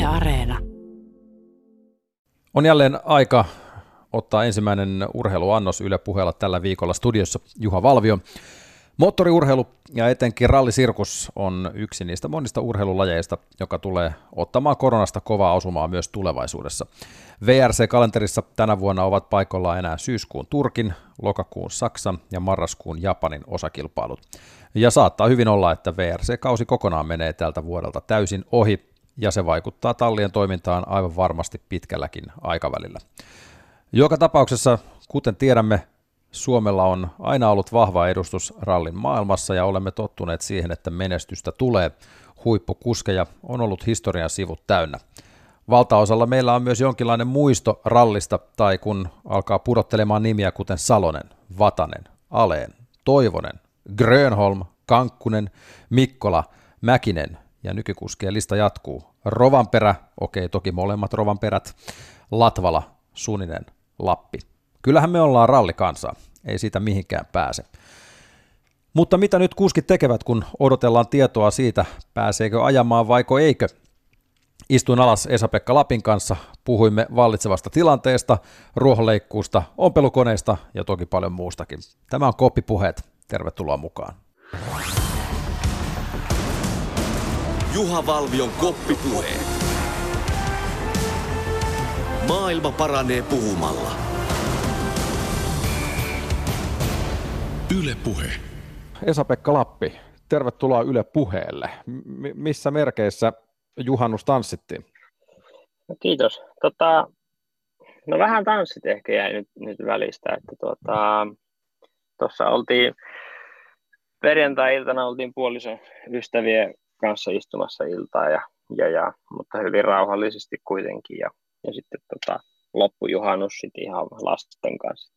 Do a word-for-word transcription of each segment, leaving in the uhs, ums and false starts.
Areena. On jälleen aika ottaa ensimmäinen urheiluannos Yle Puheella tällä viikolla studiossa Juha Valvio. Moottoriurheilu ja etenkin rallisirkus on yksi niistä monista urheilulajeista, joka tulee ottamaan koronasta kovaa osumaa myös tulevaisuudessa. V R C-kalenterissa tänä vuonna ovat paikallaan enää syyskuun Turkin, lokakuun Saksan ja marraskuun Japanin osakilpailut. Ja saattaa hyvin olla, että V R C-kausi kokonaan menee tältä vuodelta täysin ohi, ja se vaikuttaa tallien toimintaan aivan varmasti pitkälläkin aikavälillä. Joka tapauksessa, kuten tiedämme, Suomella on aina ollut vahva edustus rallin maailmassa ja olemme tottuneet siihen, että menestystä tulee. Huippukuskeja on ollut historian sivut täynnä. Valtaosalla meillä on myös jonkinlainen muisto rallista, tai kun alkaa pudottelemaan nimiä kuten Salonen, Vatanen, Aleen, Toivonen, Grönholm, Kankkunen, Mikkola, Mäkinen ja nykykuskien lista jatkuu. Rovanperä, okei toki molemmat Rovanperät, Latvala, Suninen, Lappi. Kyllähän me ollaan rallikansaa, ei siitä mihinkään pääse. Mutta mitä nyt kuskit tekevät, kun odotellaan tietoa siitä, pääseekö ajamaan vaiko eikö? Istuin alas Esa-Pekka Lapin kanssa, puhuimme vallitsevasta tilanteesta, ruohonleikkuusta, ompelukoneista ja toki paljon muustakin. Tämä on Koppipuheet, tervetuloa mukaan. Juha Valvion Koppipuheet. Maailma paranee puhumalla. Yle Puhe. Esa-Pekka Lappi, tervetuloa Yle Puheelle. M- missä merkeissä juhannus tanssittiin? No kiitos. Tota, no vähän tanssit ehkä jäi nyt, nyt välistä. Että tuota, tuossa oltiin perjantai-iltana oltiin puolison ystävien kanssa istumassa iltaa, ja, ja, ja, mutta hyvin rauhallisesti kuitenkin. Ja, ja sitten tota, loppujuhannus sitten ihan lasten kanssa.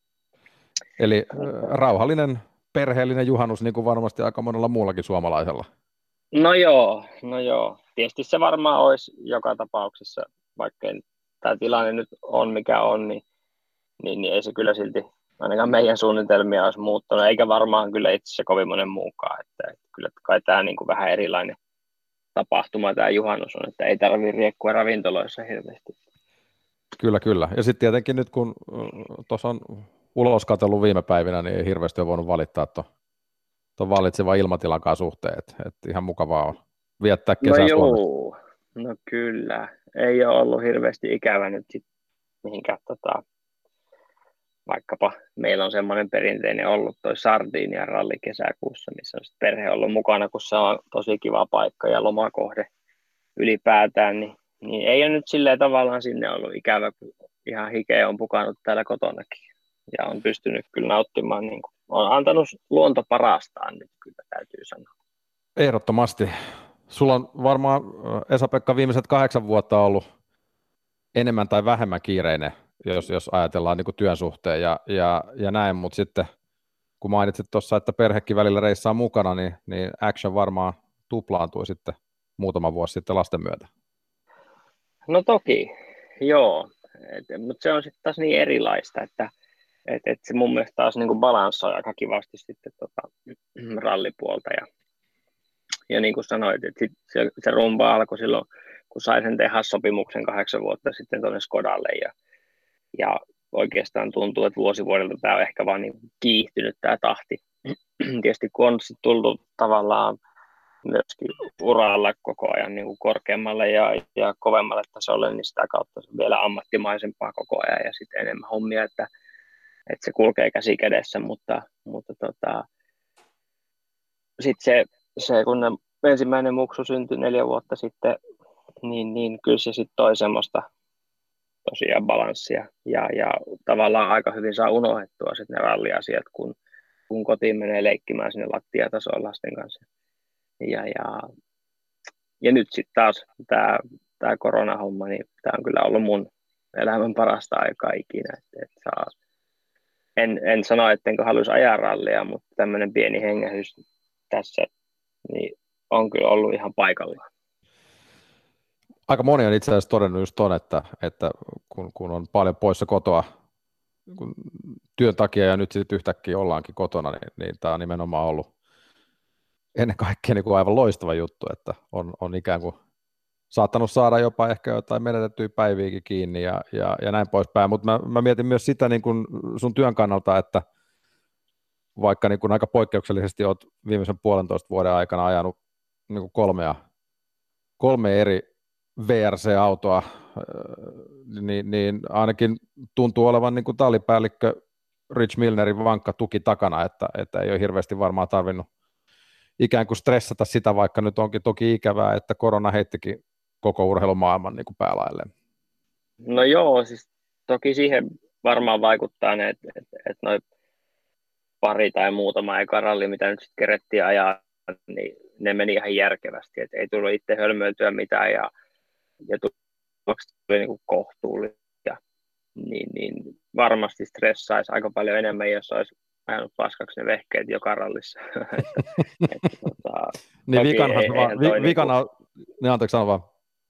Eli äh, rauhallinen, perheellinen juhannus, niin kuin varmasti aika monella muullakin suomalaisella. No joo, no joo. Tietysti se varmaan olisi joka tapauksessa, vaikka tämä tilanne nyt on mikä on, niin, niin, niin ei se kyllä silti ainakaan meidän suunnitelmia olisi muuttunut, eikä varmaan kyllä itse asiassa kovin monen muukaan. Että, että kyllä kai tämä niin kuin vähän erilainen tapahtuma tämä juhannus on, että ei tarvitse riekkua ravintoloissa hirveästi. Kyllä, kyllä. Ja sitten tietenkin nyt kun tuossa on ulos katsellut viime päivinä, niin ei hirveästi ole voinut valittaa tuon vallitsevan ilmatilankaan suhteen, että et ihan mukavaa on viettää kesää no Suomessa. Joo, no kyllä. Ei ole ollut hirveästi ikävä nyt sit mihinkään, tota, vaikkapa meillä on semmoinen perinteinen ollut toi Sardinian ralli kesäkuussa, missä on sit perhe ollut mukana, kun se on tosi kiva paikka ja lomakohde ylipäätään, niin, niin ei ole nyt silleen tavallaan sinne ollut ikävä, kun ihan hikeä on pukannut täällä kotonakin ja on pystynyt kyllä nauttimaan, niin kuin, on antanut luonto parastaan nyt kyllä täytyy sanoa. Ehdottomasti. Sulla on varmaan, Esa-Pekka, viimeiset kahdeksan vuotta ollut enemmän tai vähemmän kiireinen, jos, jos ajatellaan niin kuin työn suhteen ja, ja, ja näin, mutta sitten kun mainitsit tuossa, että perhekin välillä reissaa mukana, niin, niin action varmaan tuplaantui sitten muutama vuosi sitten lasten myötä. No toki, joo, mutta se on sitten taas niin erilaista, että et, et se mun mielestä taas niin kuin balanssoi aika kivasti sitten tota, rallipuolta ja Ja niin kuin sanoit, että sit se, se rumba alkoi silloin, kun sai sen tehdä sopimuksen kahdeksan vuotta sitten tuonne Skodalle. Ja, ja oikeastaan tuntuu, että vuosi vuodelta tämä on ehkä vaan niin kiihtynyt tämä tahti. Tietysti kun on sitten tullut tavallaan myöskin uralla koko ajan niin kuin korkeammalle ja, ja kovemmalle tasolle, niin sitä kautta se on vielä ammattimaisempaa koko ajan ja sitten enemmän hommia, että, että se kulkee käsi kädessä. Mutta, mutta tota, sitten se Se, kun ne ensimmäinen muksu syntyi neljä vuotta sitten, niin, niin kyllä se sitten toi semmoista tosiaan balanssia. Ja, ja tavallaan aika hyvin saa unohdettua sitten ne ralliasiat, kun, kun kotiin menee leikkimään sinne lattiatasoon lasten kanssa. Ja, ja, ja nyt sitten taas tämä tää koronahomma, niin tämä on kyllä ollut mun elämän parasta aikaa ikinä. Et, et saa, en, en sano, ettenkö haluaisi ajaa rallia, mutta tämmöinen pieni hengähdys tässä niin on kyllä ollut ihan paikallaan. Aika moni on itse asiassa todennut just ton, että, että kun, kun on paljon poissa kotoa kun työn takia ja nyt sitten yhtäkkiä ollaankin kotona, niin, niin tämä on nimenomaan ollut ennen kaikkea niin kuin aivan loistava juttu, että on, on ikään kuin saattanut saada jopa ehkä jotain menetettyjä päiviäkin kiinni ja, ja, ja näin poispäin, mutta mä, mä mietin myös sitä niin kuin sun työn kannalta, että vaikka niin kuin aika poikkeuksellisesti olet viimeisen puolentoista vuoden aikana ajanut niin kuin kolmea, kolme eri V R C-autoa, niin, niin ainakin tuntuu olevan niin kuin tallipäällikkö Rich Milnerin vankka tuki takana, että, että ei ole hirveästi varmaan tarvinnut ikään kuin stressata sitä, vaikka nyt onkin toki ikävää, että korona heittikin koko urheilumaailman niin kuin päälailleen. No joo, siis toki siihen varmaan vaikuttaa ne, että et, et noin pari tai muutama eka ralli, mitä nyt sitten kerettiin ajaa, niin ne meni ihan järkevästi, että ei tullut itse hölmöiltyä mitään ja, ja tulokset tuli niin kuin kohtuullisia, niin, niin varmasti stressaisi aika paljon enemmän, jos olisi ajanut paskaksi ne vehkeet joka rallissa. että, että, tota, niin vikanhan, ei, vaan, vi, vikana, niinku... niin anteeksi sano vaan.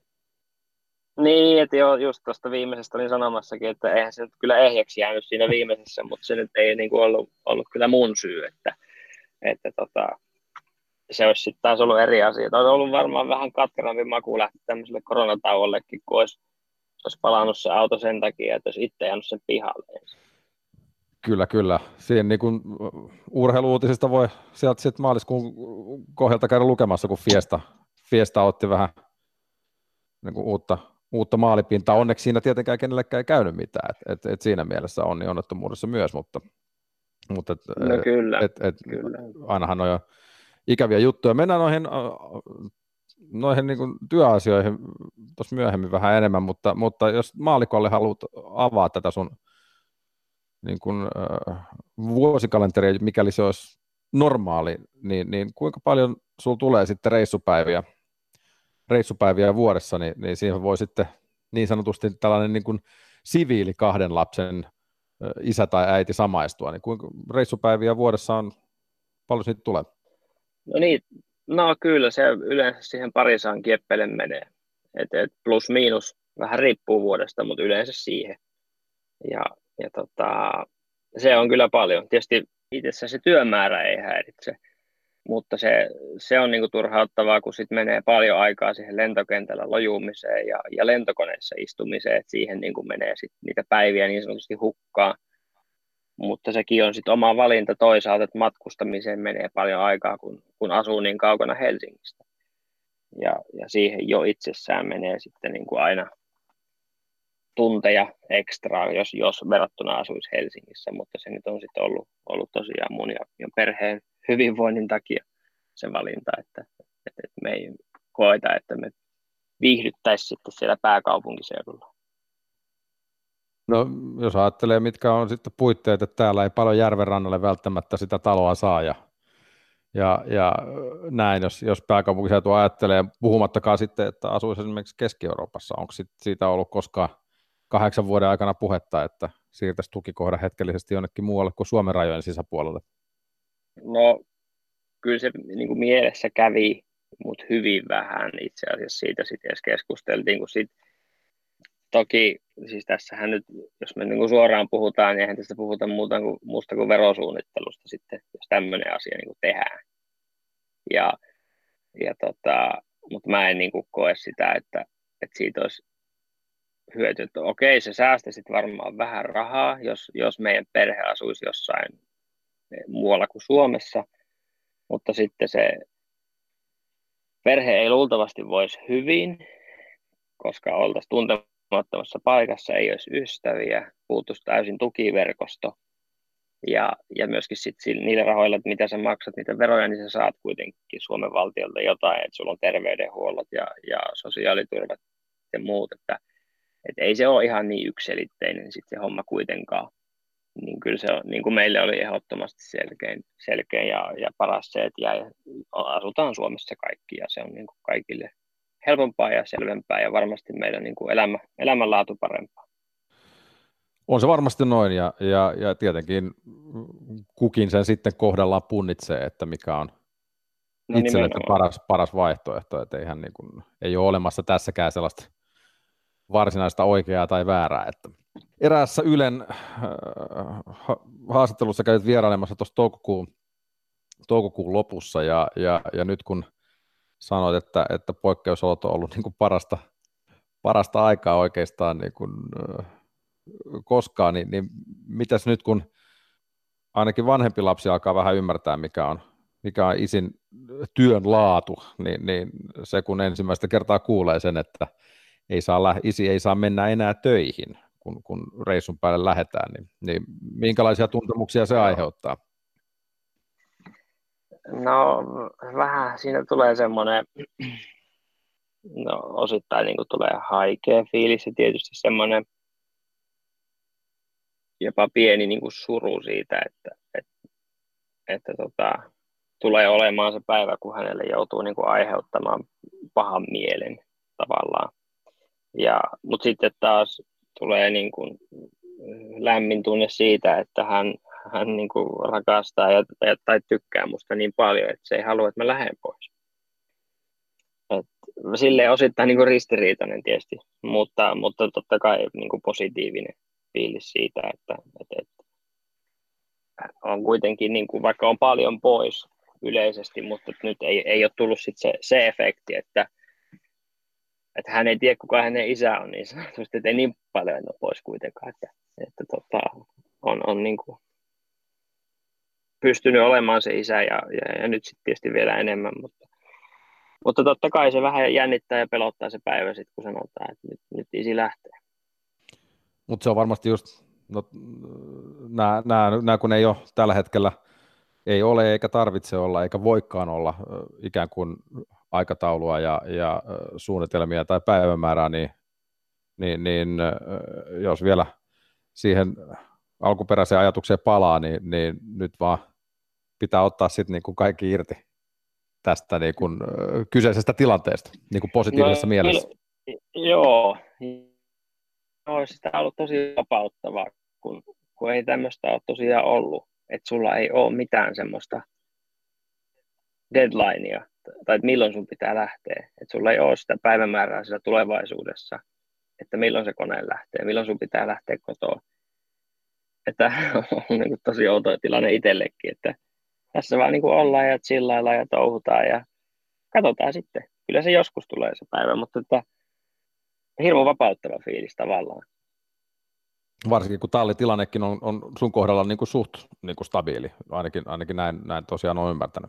Niin, että joo, just tuosta viimeisestä olin sanomassakin, että eihän se nyt kyllä ehjäksi jäänyt siinä viimeisessä, mutta se nyt ei niin kuin ollut, ollut kyllä mun syy, että, että tota, se olisi sitten taas ollut eri asia. Olisi ollut varmaan vähän katkerampi maku lähteä tämmöiselle koronatauollekin, kun olisi, olisi palannut se auto sen takia, että olisi itse jäänyt sen pihalle. Kyllä, kyllä. Siinä niin kuin urheilu-uutisista voi sieltä sit maaliskuun kohdalta käydä lukemassa, kun Fiesta, Fiesta otti vähän niin kuin uutta, uutta maalipintaa. Onneksi siinä tietenkään kenellekään ei käynyt mitään, et, et, et siinä mielessä on niin onnettomuudessa myös, mutta, mutta et, no kyllä, et, et, kyllä. ainahan on jo ikäviä juttuja. Mennään noihin, noihin niin kuin työasioihin tuossa myöhemmin vähän enemmän, mutta, mutta jos maalikolle haluat avaa tätä sun niin kuin, äh, vuosikalenteria, mikäli se olisi normaali, niin, niin kuinka paljon sulla tulee sitten reissupäiviä, reissupäiviä vuodessa, niin, niin siihen voi sitten niin sanotusti tällainen niin kuin siviili kahden lapsen äh, isä tai äiti samaistua, niin kuinka reissupäiviä vuodessa on, paljon siitä tulee? No niin, no kyllä se yleensä siihen parisaan kieppele menee, et, et plus miinus, vähän riippuu vuodesta, mutta yleensä siihen. Ja, ja tota, se on kyllä paljon. Tietysti itse se työmäärä ei häiritse, mutta se, se on niinku turhauttavaa, kun sit menee paljon aikaa siihen lentokentällä lojumiseen ja, ja lentokoneessa istumiseen, että siihen niinku menee sit niitä päiviä niin sanotusti hukkaan. Mutta sekin on sitten oma valinta toisaalta, että matkustamiseen menee paljon aikaa, kun, kun asuu niin kaukana Helsingistä. Ja, ja siihen jo itsessään menee sitten niin kuin aina tunteja ekstraa, jos, jos verrattuna asuisi Helsingissä, mutta se nyt on sitten ollut, ollut tosiaan mun ja, ja perheen hyvinvoinnin takia se valinta, että, että, että me ei koeta, että me viihdyttäisiin sitten siellä pääkaupunkiseudulla. No jos ajattelee, mitkä on sitten puitteet, että täällä ei paljon järvenrannalle välttämättä sitä taloa saa ja, ja, ja näin, jos, jos pääkaupunkiseutu ajattelee, puhumattakaan sitten, että asuisi esimerkiksi Keski-Euroopassa, onko sit siitä ollut koskaan kahdeksan vuoden aikana puhetta, että siirtäisi tukikohdan hetkellisesti jonnekin muualle kuin Suomen rajojen sisäpuolelle? No kyllä se niin kuin mielessä kävi, mutta hyvin vähän itse asiassa siitä sitten edes keskusteltiin, kun sit, toki siis tässähän nyt, jos me niin kuin suoraan puhutaan, niin eihän tästä puhuta muuta kuin, muusta kuin verosuunnittelusta sitten, jos tämmöinen asia niin kuin tehdään. Ja, ja tota, mutta mä en niin kuin koe sitä, että, että siitä olisi hyöty, että okei, se säästäisi varmaan vähän rahaa, jos, jos meidän perhe asuisi jossain muualla kuin Suomessa, mutta sitten se perhe ei luultavasti voisi hyvin, koska oltaisiin tuntemattomassa paikassa, ei olisi ystäviä, puuttuisi täysin tukiverkosto, ja, ja myöskin sit niillä rahoilla, että mitä sä maksat niitä veroja, niin sä saat kuitenkin Suomen valtiolta jotain, että sulla on terveydenhuollot ja, ja sosiaaliturvat ja muut, että, että ei se ole ihan niin yksiselitteinen sit se homma kuitenkaan. Niin kyllä se on, niin kuin meille oli ehdottomasti selkein, selkein ja, ja paras se, että jäi, asutaan Suomessa kaikki ja se on niin kuin kaikille helpompaa ja selvempää ja varmasti meidän niin kuin elämä, elämänlaatu parempaa. On se varmasti noin ja, ja, ja tietenkin kukin sen sitten kohdallaan punnitsee, että mikä on no itselle paras, paras vaihtoehto, että eihän niin kuin, ei ole olemassa tässäkään sellaista varsinaista oikeaa tai väärää. Että eräässä Ylen äh, haastattelussa kävit vierailemassa tuossa toukokuun, toukokuun lopussa ja, ja, ja nyt kun sanoit, että, että poikkeusolot on ollut niin kuin parasta, parasta aikaa oikeastaan niin kuin, äh, koskaan, niin, niin mitäs nyt, kun ainakin vanhempi lapsi alkaa vähän ymmärtää, mikä on, mikä on isin työn laatu, niin, niin se kun ensimmäistä kertaa kuulee sen, että ei saa, isi ei saa mennä enää töihin, kun, kun reissun päälle lähdetään, niin, niin minkälaisia tuntemuksia se aiheuttaa? No vähän siinä tulee semmoinen, no osittain niin kuin tulee haikea fiilis ja tietysti semmoinen jopa pieni niin kuin suru siitä, että, että, että tota, tulee olemaan se päivä, kun hänelle joutuu niin kuin aiheuttamaan pahan mielen tavallaan. Ja, mutta sitten taas tulee niin kuin lämmin tunne siitä, että hän, hän niin kuin rakastaa ja, tai tykkää musta niin paljon, että se ei halua, että mä lähden pois. Et silleen osittain niin kuin ristiriitainen tietysti, mutta, mutta totta kai niin kuin positiivinen fiilis siitä, että, että, että on kuitenkin, niin kuin, vaikka on paljon pois yleisesti, mutta nyt ei, ei ole tullut sit se, se efekti, että, että hän ei tiedä, kuka hänen isä on, niin sanotusti, että ei niin paljon ole pois kuitenkaan, että, että tota, on, on niin kuin pystynyt olemaan se isä ja, ja, ja nyt sitten tietysti vielä enemmän, mutta, mutta totta kai se vähän jännittää ja pelottaa se päivä sitten, kun sanotaan, että nyt, nyt isi lähtee. Mutta se on varmasti just, no, nämä, nämä, nämä kun ei ole tällä hetkellä, ei ole eikä tarvitse olla eikä voikaan olla ikään kuin aikataulua ja, ja suunnitelmia tai päivämäärää, niin, niin, niin jos vielä siihen alkuperäiseen ajatukseen palaa, niin, niin nyt vaan pitää ottaa sitten niin kuin kaikki irti tästä niin kuin kyseisestä tilanteesta niin kuin positiivisessa no, mielessä. Joo, olisi sitä ollut tosi vapauttavaa, kun, kun ei tämmöistä ole tosiaan ollut, että sulla ei ole mitään semmoista deadlinea, tai että milloin sun pitää lähteä, että sulla ei ole sitä päivämäärää siellä tulevaisuudessa, että milloin se kone lähtee, milloin sun pitää lähteä kotoa. Että on niin kuin tosi outo tilanne itsellekin, että tässä vaan niin kuin ollaan ja chillaillaan ja touhutaan ja katsotaan sitten. Kyllä se joskus tulee se päivä, mutta että hirveän vapauttava fiilis tavallaan. Varsinkin kun tallitilannekin on, on sun kohdalla niin kuin suht niin kuin stabiili, ainakin, ainakin näin, näin tosiaan olen ymmärtänyt.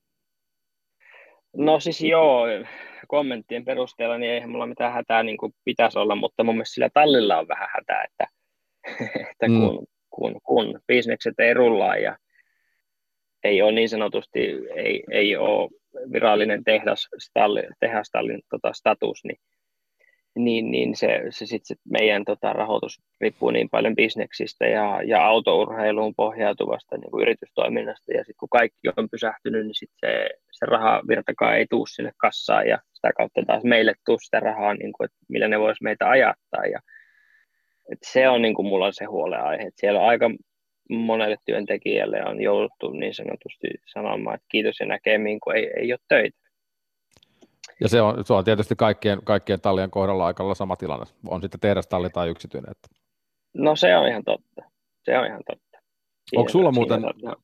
No siis joo, kommenttien perusteella niin eihän mulla mitään hätää niin kuin pitäisi olla, mutta mun mielestä sillä tallilla on vähän hätää, että, että kun, mm. kun, kun bisnekset ei rullaa ja ei ole niin sanotusti, ei, ei ole virallinen tehdas, stalli, tehastallin tota, status, niin niin, niin se, se sitten sit meidän tota, rahoitus riippuu niin paljon bisneksistä ja, ja autourheiluun pohjautuvasta niin kuin yritystoiminnasta. Ja sitten kun kaikki on pysähtynyt, niin sit se, se rahavirtakaan ei tule sinne kassaan ja sitä kautta taas meille tule sitä rahaa, niin kuin, että millä ne voisi meitä ajattaa. Ja, et se on niin kuin mulla se huolenaihe. Et siellä on aika monelle työntekijälle on jouduttu niin sanotusti sanomaan, että kiitos ja näkemiin, kun ei, ei ole töitä. Ja se on, se on tietysti kaikkien, kaikkien tallien kohdalla aika lailla sama tilanne. On sitten tehdastalli tai yksityinen. Että. No se on ihan totta. Se on ihan totta. Siinä, onko sulla muuten,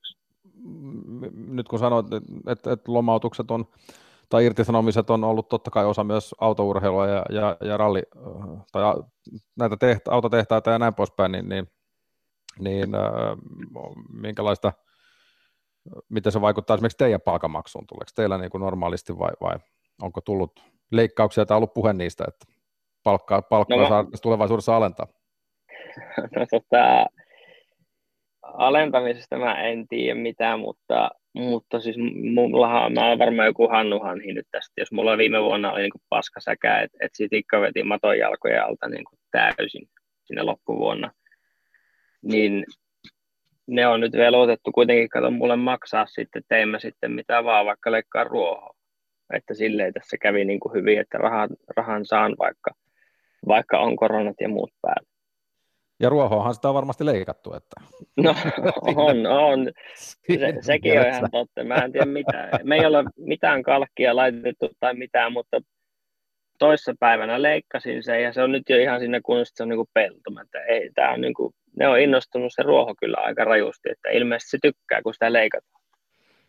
nyt kun sanoit, että, että lomautukset on, tai irtisanomiset on ollut totta kai osa myös autourheilua ja, ja, ja ralli, tai näitä tehtä, autotehtaita ja näin poispäin, niin, niin, niin äh, minkälaista, miten se vaikuttaa esimerkiksi teidän palkanmaksuun? Tuleeko teillä niin kuin normaalisti vai, vai onko tullut leikkauksia tai ollut puhe niistä, että palkkaa, palkkaa no, saa tulevaisuudessa alentaa? No tota, alentamisesta mä en tiedä mitään, mutta, mutta siis mullahan, mä olen varmaan joku Hannu Hanhi nyt tästä, jos mulla viime vuonna oli niin kuin paskasäkä, että et sit Ikka veti maton jalkojen alta niin kuin täysin sinne loppuvuonna, niin ne on nyt veloitettu kuitenkin, kato mulle maksaa sitten, tein mä sitten mitä vaan, vaikka leikkaa ruohoa. Että silleen tässä kävi niin kuin hyvin, että rahan, rahan saan vaikka, vaikka on koronat ja muut päällä. Ja ruohoahan sitä on varmasti leikattu. Että. No on, on. Se, sekin on ihan totta. Mä en tiedä mitään. Me ei ole mitään kalkkia laitettu tai mitään, mutta toissapäivänä leikkasin sen ja se on nyt jo ihan siinä kunnossa, se on niin kuin peltoma. Ei, tää on niin kuin, ne on innostunut se ruoho kyllä aika rajusti, että ilmeisesti se tykkää, kun sitä leikataan.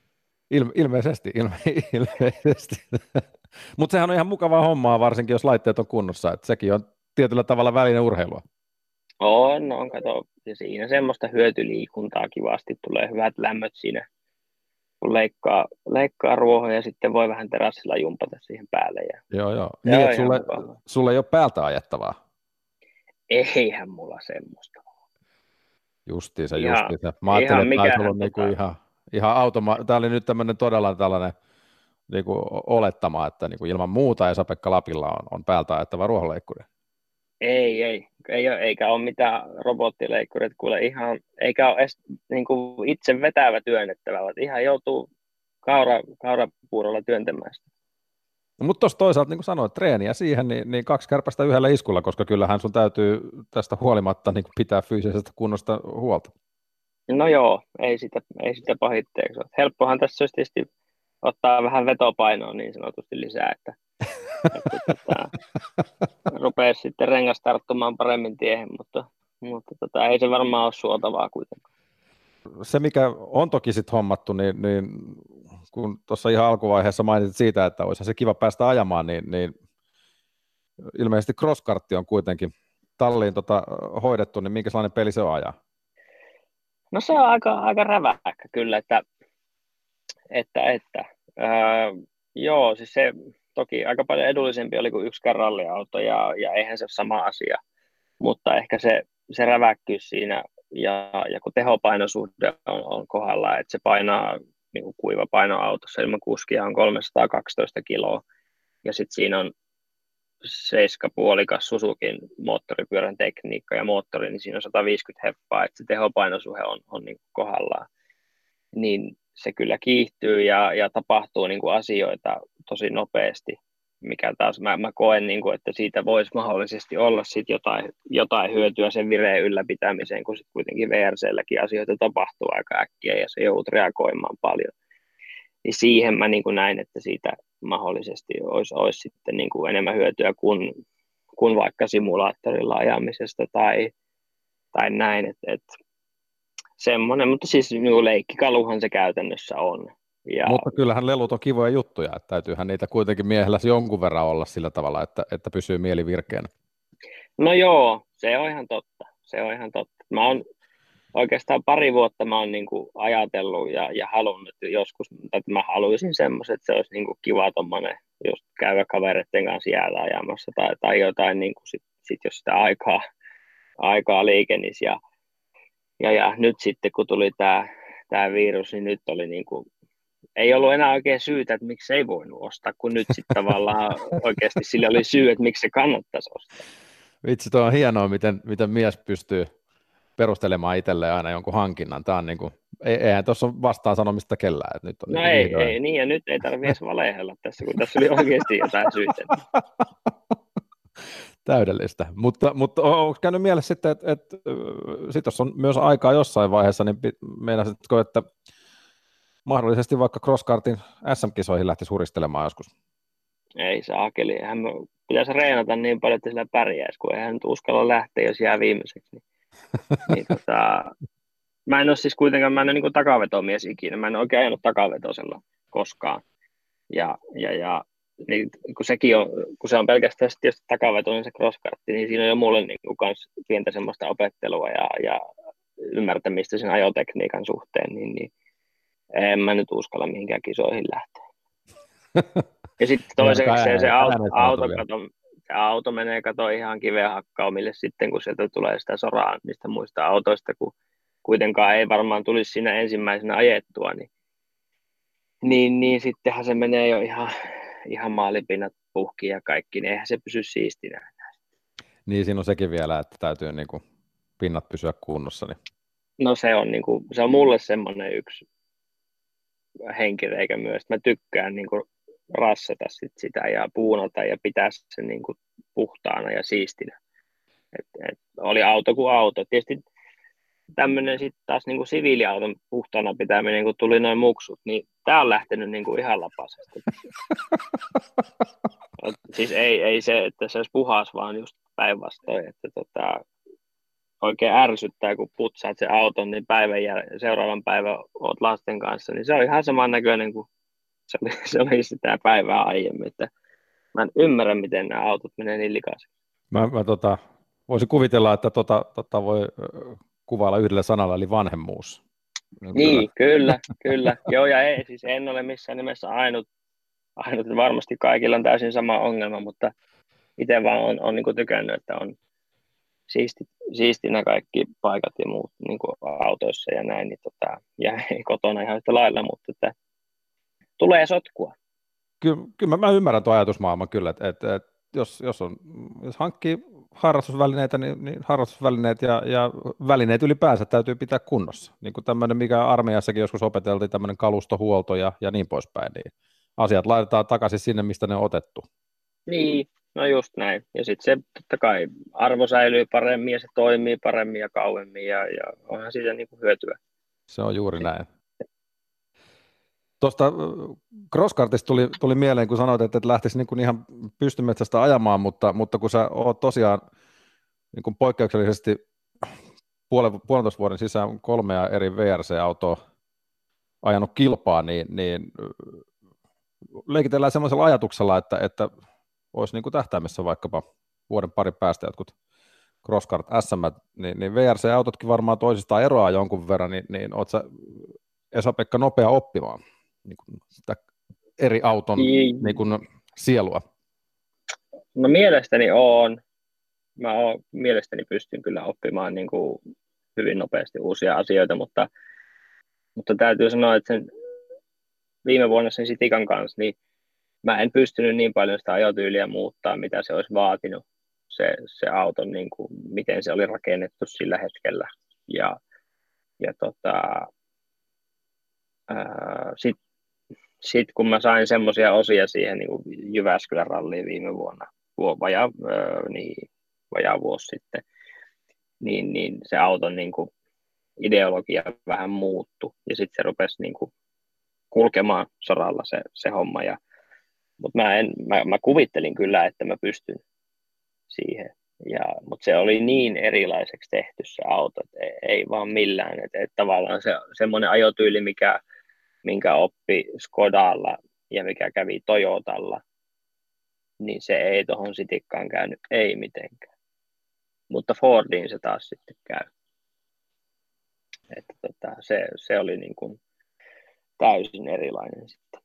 Ilme, ilmeisesti, ilme, ilmeisesti. Mutta sehän on ihan mukavaa hommaa, varsinkin jos laitteet on kunnossa, että sekin on tietyllä tavalla väline urheilua. On, on, kato, ja siinä semmoista hyötyliikuntaa kivasti, tulee hyvät lämmöt siinä, kun leikkaa, leikkaa ruohoja ja sitten voi vähän terassilla jumpata siihen päälle. Ja Joo, joo. se Niin, on että ihan sulle, mukavaa. sulle ei ole päältä ajettavaa. Eihän mulla semmoista. Justiinsa, Ihan, justiinsa. Mä ajattelin, ihan että taisi olla mikähän niinku tota, ihan, ihan automa... Tämä oli nyt tämmöinen todella tällainen niinku olettama, että niinku ilman muuta Esa-Pekka Lapilla on, on päältä ajettava ruohonleikkuri. ei, ei, ei ole, eikä ole mitään robottileikkurit, kuule ihan, eikä ole edes niin kuin itse vetävä työnnettävä, vaan ihan joutuu kaura, kaurapuurolla työntämään sitä. No, mutta tuossa toisaalta, niin kuin sanoit, treeniä siihen, niin, niin kaksi kärpästä yhdellä iskulla, koska kyllähän sun täytyy tästä huolimatta niin kuin pitää fyysisestä kunnosta huolta. No joo, ei sitä, ei sitä pahitteeksi ole. Helppohan tässä olisi tietysti ottaa vähän vetopainoa niin sanotusti lisää, että, että tota, rupeaa sitten rengas tarttumaan paremmin tiehen, mutta, mutta tota, ei se varmaan ole suotavaa kuitenkaan. Se, mikä on toki sitten hommattu, niin, niin kun tuossa ihan alkuvaiheessa mainitsit siitä, että olisi se kiva päästä ajamaan, niin, niin ilmeisesti crosskartti on kuitenkin talliin tota, hoidettu, niin minkälainen peli se on ajaa? No se on aika, aika räväkkä kyllä, että, että, että ää, joo, siis se toki aika paljon edullisempi oli kuin yksikään ralliauto ja, ja eihän se ole sama asia, mutta ehkä se, se räväkkyys siinä ja, ja kun tehopainosuhde on, on kohdalla, että se painaa niin kuin kuiva painoautossa ilman kuskia on kolmesataakaksitoista kiloa ja sitten siinä on seiskapuolikas Suzukin moottoripyörän tekniikka ja moottori, niin siinä on sata viisikymmentä heppaa, että se tehopainosuhe on, on niin kohdallaan, niin se kyllä kiihtyy ja, ja tapahtuu niin kuin asioita tosi nopeasti, mikä taas mä, mä koen, niin kuin, että siitä voisi mahdollisesti olla sit jotain, jotain hyötyä sen vireen ylläpitämiseen, kun sit kuitenkin V R C:lläkin asioita tapahtuu aika äkkiä ja se joudut reagoimaan paljon. Niin siihen mä niin kuin näin, että siitä mahdollisesti olisi, olisi sitten niin kuin enemmän hyötyä kuin, kuin vaikka simulaattorilla ajamisesta tai, tai näin. Et, et, semmoinen, mutta siis niin leikkikaluhan se käytännössä on. Ja, Mutta kyllähän lelut on kivoja juttuja, että täytyyhän niitä kuitenkin miehellä jonkun verran olla sillä tavalla, että, että pysyy mieli virkeänä. no joo, se on ihan totta. Se on ihan totta. Mä oon oikeastaan pari vuotta mä oon niin kuin ajatellut ja, ja halunnut joskus, että mä haluaisin semmoisen, että se olisi niin kuin kiva tommoinen, just käydä kavereiden kanssa jäällä ajamassa tai, tai jotain, niin kuin sit, sit jos sitä aikaa, aikaa liikenisi. Ja, ja, ja nyt sitten kun tuli tämä tää virus, niin nyt oli niin kuin, ei ollut enää oikein syytä, että miksi ei voinut ostaa, kun nyt sitten tavallaan oikeasti sillä oli syy, että miksi se kannattaisi ostaa. Vitsi, tuo on hienoa, miten, miten mies pystyy perustelemaan itselleen aina jonkun hankinnan. Tämä on niin kuin, eihän tuossa ole vastaan sanomista kellään. Että nyt on No niin ei, vihdoin. ei, niin ja nyt ei tarvitse edes valehella tässä, kun tässä oli oikeasti jotain syytä. Täydellistä. Mutta, mutta onko käynyt mielessä sitten, että, että sit jos on myös aikaa jossain vaiheessa, niin meinasitko, että mahdollisesti vaikka crosskartin S M-kisoihin lähtisi huristelemaan joskus? Ei saakeli, eihän me pitäisi reenata niin paljon, että sillä pärjäisi, kun eihän nyt uskalla lähteä, jos jää viimeiseksi. Niin, niin tota, mä en ole siis kuitenkaan, mä en ole niin kuin takavetomies ikinä, mä en ole oikein ajanut takavetosella koskaan. Ja, ja, ja niin, kun, sekin on, kun se on pelkästään tietysti takavetoinen se crosskartti, niin siinä on jo mulle niin kuin kans pientä semmoista opettelua ja, ja ymmärtämistä sen ajotekniikan suhteen, niin, niin en mä nyt uskalla mihinkään kisoihin lähteä. Ja sitten toiseksi se, se auto, auto, kato, se auto menee kato ihan kiveen hakkaumille sitten, kun sieltä tulee sitä soraa niistä muista autoista, kun kuitenkaan ei varmaan tulisi siinä ensimmäisenä ajettua, niin, niin, niin sittenhän se menee jo ihan, ihan maalipinnat puhki ja kaikki, niin eihän se pysy siistinä. Niin, siinä on sekin vielä, että täytyy niin kuin pinnat pysyä kunnossa. Niin. No se on, niin kuin, se on mulle semmoinen yksi henkireikä myös. Mä tykkään niin kuin rassata sit sitä ja puunata ja pitää sen niin kuin puhtaana ja siistinä. Et, et oli auto kuin auto. Tietysti tämmöinen sitten taas niin kuin siviiliauton puhtaana pitäminen, kun tuli noin muksut, niin tää on lähtenyt niin kuin ihan lapasesta. Siis ei, ei se, että se olisi puhas, vaan just päinvastoin, että tota, oikein ärsyttää, kun putsaat sen auton, niin päivän jäl- seuraavan päivän oot lasten kanssa, niin se on ihan samannäköinen kuin se oli, se oli sitä päivää aiemmin, että mä en ymmärrä, miten nämä autot menee niin likaisin. Mä, mä tota, voisin kuvitella, että tota, tota voi ö, kuvailla yhdellä sanalla, eli vanhemmuus. Niin, Niin, kyllä, kyllä. Joo, ja ei, siis en ole missään nimessä ainut, ainut, varmasti kaikilla on täysin sama ongelma, mutta itse vaan on, on niin kuin tykännyt, että on siisti, siistinä kaikki paikat ja muut niin kuin autoissa ja näin, niin tota, ja kotona ihan yhtä lailla, mutta että tulee sotkua. Kyllä, kyllä mä, mä ymmärrän tuon ajatusmaailman kyllä, että, että, että jos, jos, on, jos hankkii harrastusvälineitä, niin, niin harrastusvälineet ja, ja välineet ylipäänsä täytyy pitää kunnossa. Niin kuin tämmöinen, mikä armeijassakin joskus opeteltiin, tämmöinen kalustohuolto ja, ja niin poispäin, niin asiat laitetaan takaisin sinne, mistä ne on otettu. Niin, no just näin. Ja sitten se totta kai arvo säilyy paremmin ja se toimii paremmin ja kauemmin ja, ja onhan siitä niin kuin hyötyä. Se on juuri näin. Tuosta crosskartista tuli, tuli mieleen, kun sanoit, että et lähtisi niin kuin ihan pystymetsästä ajamaan, mutta, mutta kun sä oot tosiaan niin kuin poikkeuksellisesti puolen, puolentoista vuoden sisään kolmea eri V R C-autoa ajanut kilpaa, niin, niin leikitellään semmoisella ajatuksella, että, että olisi niin kuin tähtäimessä vaikkapa vuoden pari päästä jotkut crosskart S M, niin, niin V R C-autotkin varmaan toisistaan eroaa jonkun verran, niin, niin oot sä, Esa-Pekka, nopea oppimaan niin kuin sitä eri auton niin kuin sielua? No mielestäni on. Mä oon, mielestäni pystyn kyllä oppimaan niin kuin hyvin nopeasti uusia asioita, mutta, mutta täytyy sanoa, että sen viime vuonna sen Sitikan kanssa, niin mä en pystynyt niin paljon sitä ajotyyliä muuttaa, mitä se olisi vaatinut, se, se auton, niin kuin, miten se oli rakennettu sillä hetkellä. Ja, ja tota, sitten sit kun mä sain semmoisia osia siihen niin kuin Jyväskylän ralliin viime vuonna, vajaa, ää, niin, vajaa vuosi sitten, niin, niin se auton niin kuin ideologia vähän muuttui ja sitten se rupesi niin kuin kulkemaan soralla se, se homma. Ja, mutta mä, en, mä, mä kuvittelin kyllä, että mä pystyn siihen. Ja, mutta se oli niin erilaiseksi tehty se auto, että ei, ei vaan millään. Että, että tavallaan se, semmoinen ajotyyli, mikä, minkä oppi Skodalla ja mikä kävi Toyotalla, niin se ei tuohon Citickaan käynyt, ei mitenkään. Mutta Fordiin se taas sitten käy. Että tota, se, se oli niin kuin täysin erilainen sitten.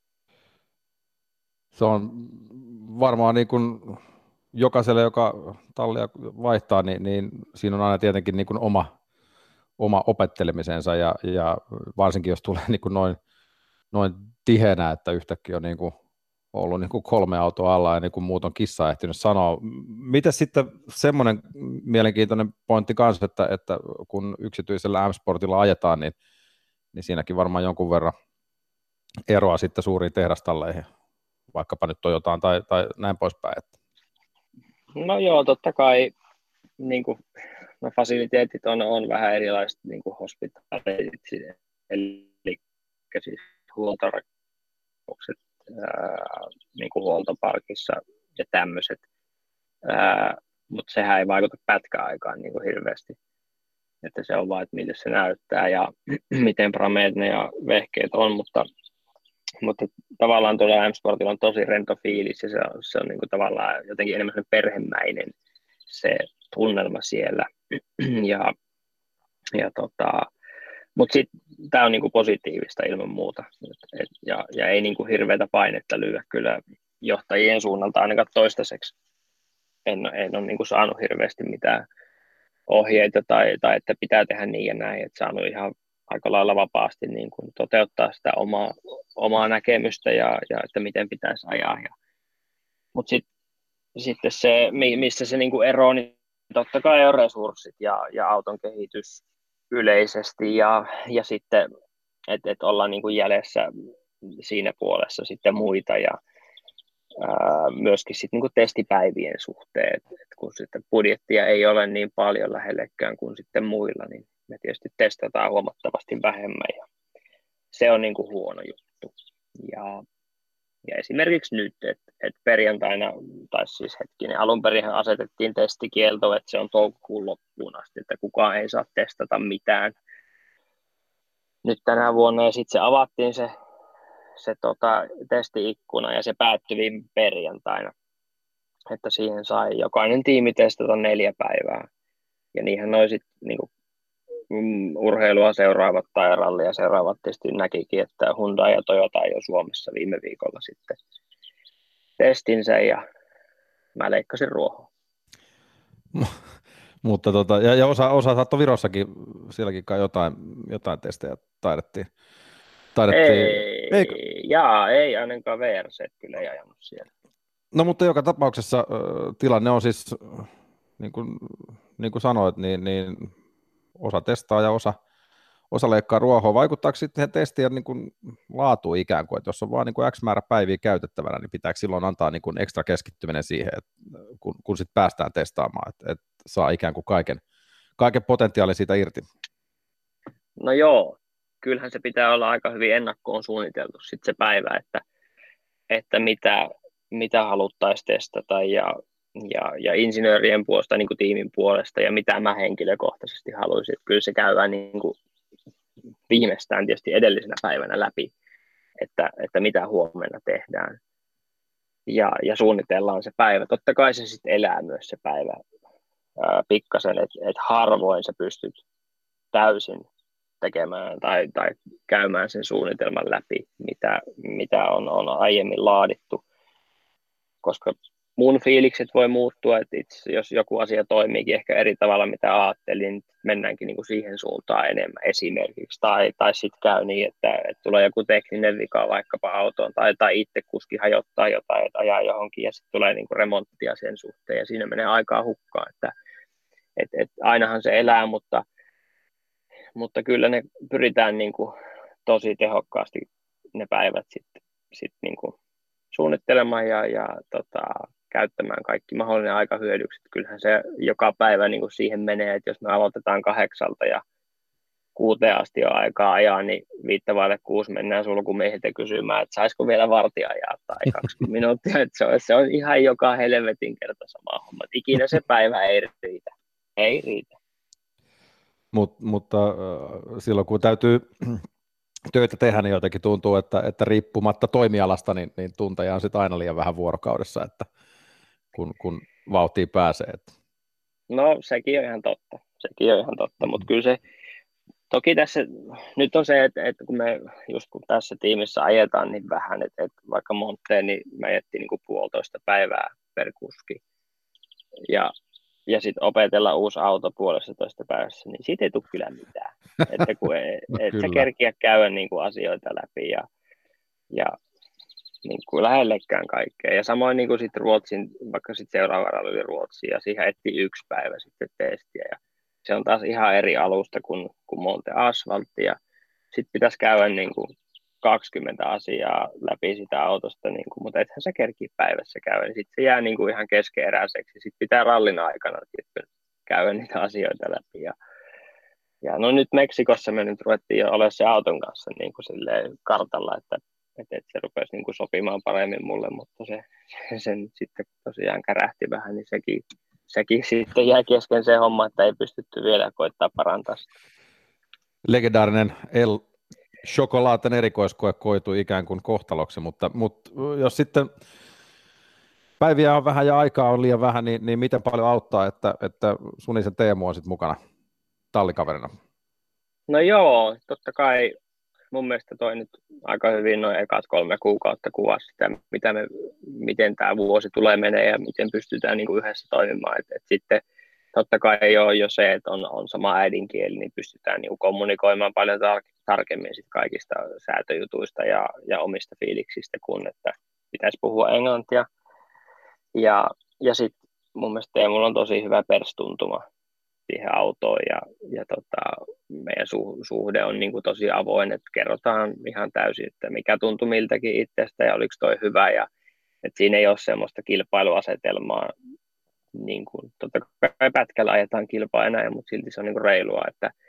Se on varmaan niin kuin jokaiselle, joka tallia vaihtaa, niin, niin siinä on aina tietenkin niin kuin oma, oma opettelemisensa ja, ja varsinkin jos tulee niin kuin noin, noin tiheänä, että yhtäkkiä on niin kuin ollut niin kuin kolme autoa alla ja niin kuin muut on kissa ehtinyt sanoa. Miten sitten semmoinen mielenkiintoinen pointti kanssa, että, että kun yksityisellä M-Sportilla ajetaan, niin, niin siinäkin varmaan jonkun verran eroa sitten suuriin tehdastalleihin, vaikkapa nyt Toyotaan tai, tai näin poispäin. No joo, totta kai niin kuin, no fasiliteetit on, on vähän erilaiset niin kuin hospitaalit, eli siis huoltorakennukset niin kuin huoltoparkissa ja tämmöiset, mutta sehän ei vaikuta pätkäaikaan niin kuin hirveästi. Että se on vaan, että miltä se näyttää ja miten prameet ne ja vehkeet on, mutta, mutta tavallaan tuolla M-Sportilla on tosi rento fiilis ja se on, se on niin kuin tavallaan jotenkin enemmän perhemäinen se tunnelma siellä. ja, ja tota, mutta sitten tämä on niinku positiivista ilman muuta et, et, ja, ja ei niinku hirveätä painetta lyö kyllä johtajien suunnalta ainakaan toistaiseksi. En, en ole niinku saanut hirveästi mitään ohjeita tai, tai että pitää tehdä niin ja näin, että saanut ihan aika lailla vapaasti niinku toteuttaa sitä omaa, omaa näkemystä ja, ja että miten pitäisi ajaa. Mutta sitten sitten se, missä se niinku ero, niin totta kai on resurssit ja, ja auton kehitys yleisesti ja, ja sitten, että et ollaan niinku jäljessä siinä puolessa sitten muita ja ää, myöskin sitten niinku testipäivien suhteen, että et kun sitten budjettia ei ole niin paljon lähellekään kuin sitten muilla, niin me tietysti testataan huomattavasti vähemmän ja se on niinku huono juttu. Ja Ja esimerkiksi nyt, että et perjantaina, tai siis hetkinen, alun perin asetettiin testikielto, että se on toukokuun loppuun asti, että kukaan ei saa testata mitään nyt tänä vuonna, ja sitten se avattiin se, se tota, testi-ikkuna, ja se päättyi viime perjantaina, että siihen sai jokainen tiimi testata neljä päivää, ja niinhän noi sit niinku, mm, urheilua seuraavat tai rallia seuraavat tietysti näkikin, että Hyundai ja Toyota jo Suomessa viime viikolla sitten testinsä, ja mä leikkasin ruohoa. Mutta tota, ja, ja osa, osa saattoi Virossakin, sielläkin kai jotain, jotain testejä taidettiin. taidettiin. Ei, Eikö? Jaa, ei ainakaan V R C kyllä ei ajanut siellä. No mutta joka tapauksessa äh, tilanne on siis, äh, niin kuin, niin kuin sanoit, niin, niin osa testaa ja osa, osa leikkaa ruohoa. Vaikuttaako sitten testien niin kuin laatuun ikään kuin, että jos on vain niin kuin X määrä päiviä käytettävänä, niin pitääkö silloin antaa niin kuin ekstra keskittyminen siihen, että kun, kun sitten päästään testaamaan, että, että saa ikään kuin kaiken, kaiken potentiaalin siitä irti? No joo, kyllähän se pitää olla aika hyvin ennakkoon suunniteltu sitten se päivä, että, että mitä, mitä haluttaisiin testata ja, ja, ja insinöörien puolesta, niin kuin tiimin puolesta ja mitä mä henkilökohtaisesti haluaisin. Että kyllä se käydään niin kuin viimeistään tietysti edellisenä päivänä läpi, että, että mitä huomenna tehdään ja, ja suunnitellaan se päivä. Totta kai se sitten elää myös se päivä ää, pikkasen, että et harvoin sä pystyt täysin tekemään tai, tai käymään sen suunnitelman läpi, mitä, mitä on, on aiemmin laadittu, koska mun fiilikset voi muuttua, että itse, jos joku asia toimiikin ehkä eri tavalla, mitä ajattelin, niin mennäänkin niin kuin siihen suuntaan enemmän esimerkiksi, tai, tai sitten käy niin, että, että tulee joku tekninen vika vaikkapa autoon, tai, tai itse kuski hajottaa jotain, että ajaa johonkin, ja sitten tulee niin kuin remonttia sen suhteen, ja siinä menee aikaa hukkaan, että et, et ainahan se elää, mutta Mutta kyllä ne pyritään niin kuin tosi tehokkaasti ne päivät sitten sit niin kuin suunnittelemaan ja, ja tota, käyttämään kaikki mahdollinen aika hyödyksi. Kyllähän se joka päivä niin kuin siihen menee, että jos me aloitetaan kahdeksalta ja kuuteen asti on aikaa ajaa, niin viittä vaille kuusi mennään sulkumiehiltä kysymään, että saisiko vielä vartia ajaa tai kaksikymmentä minuuttia. Että se, on, se on ihan joka helvetin kerta sama homma. Ikinä se päivä ei riitä. Ei riitä. Mut, mutta äh, silloin kun täytyy töitä tehdä, niin jotenkin tuntuu, että, että riippumatta toimialasta, niin, niin tunteja on sitten aina liian vähän vuorokaudessa, että kun, kun vauhtiin pääsee. Että. No sekin on ihan totta, sekin on ihan totta, mutta kyllä se, toki tässä nyt on se, että, että kun me just kun tässä tiimissä ajetaan niin vähän, että, että vaikka Monteen, niin me ajettiin niin kuin puolitoista päivää per kuski, ja ja sitten opetella uusi auto puolesta toista päivässä, niin siitä ei tule kyllä mitään. Että kun ei, no et sä kerkiä käydä niin kuin asioita läpi ja, ja niin kuin lähellekään kaikkea. Ja samoin niin kuin sit Ruotsin, vaikka sitten seuraava oli Ruotsi, ja siihen etti yksi päivä sitten testiä. Ja se on taas ihan eri alusta kuin, kuin Monte Asfaltti. Ja sitten pitäisi käydä niin kuin kaksikymmentä asiaa läpi sitä autosta, niin kuin, mutta ethän sä kerkiä päivässä käydä, niin sitten se jää niin kuin ihan keskeeräiseksi. Sitten pitää rallin aikana käydä niitä asioita läpi. Ja, ja no nyt Meksikossa me nyt ruvettiin jo olemaan se auton kanssa niin kuin silleen kartalla, että, että, että se rupesi niin kuin sopimaan paremmin mulle, mutta se, sen sitten tosiaan kärähti vähän, niin sekin, sekin sitten jäi kesken se homma, että ei pystytty vielä koittaa parantaa sitä. Legendaarinen El Chocolaaten erikoiskoe koitui ikään kuin kohtaloksi, mutta, mutta jos sitten päiviä on vähän ja aikaa on liian vähän, niin, niin miten paljon auttaa, että, että Sunisen Teemu on sitten mukana tallikaverina? No joo, totta kai mun mielestä toi nyt aika hyvin noin ekat kolme kuukautta kuvasi sitä, mitä me, miten tämä vuosi tulee menee ja miten pystytään niin kuin yhdessä toimimaan. Et, et sitten totta kai ei ole jo se, että on, on sama äidinkieli, niin pystytään niin kuin kommunikoimaan paljon tar- tarkemmin sit kaikista säätöjutuista ja, ja omista fiiliksistä, kun että pitäisi puhua englantia. Ja, ja sitten mun mielestä Teemulla on tosi hyvä perstuntuma siihen autoon ja, ja tota, meidän su, suhde on niin kuin tosi avoin, että kerrotaan ihan täysin, että mikä tuntui miltäkin itsestä ja oliko toi hyvä ja että siinä ei ole semmoista kilpailuasetelmaa, niin kuin, totta kai pätkällä ajetaan kilpaa enää, mutta silti se on niin kuin reilua, että,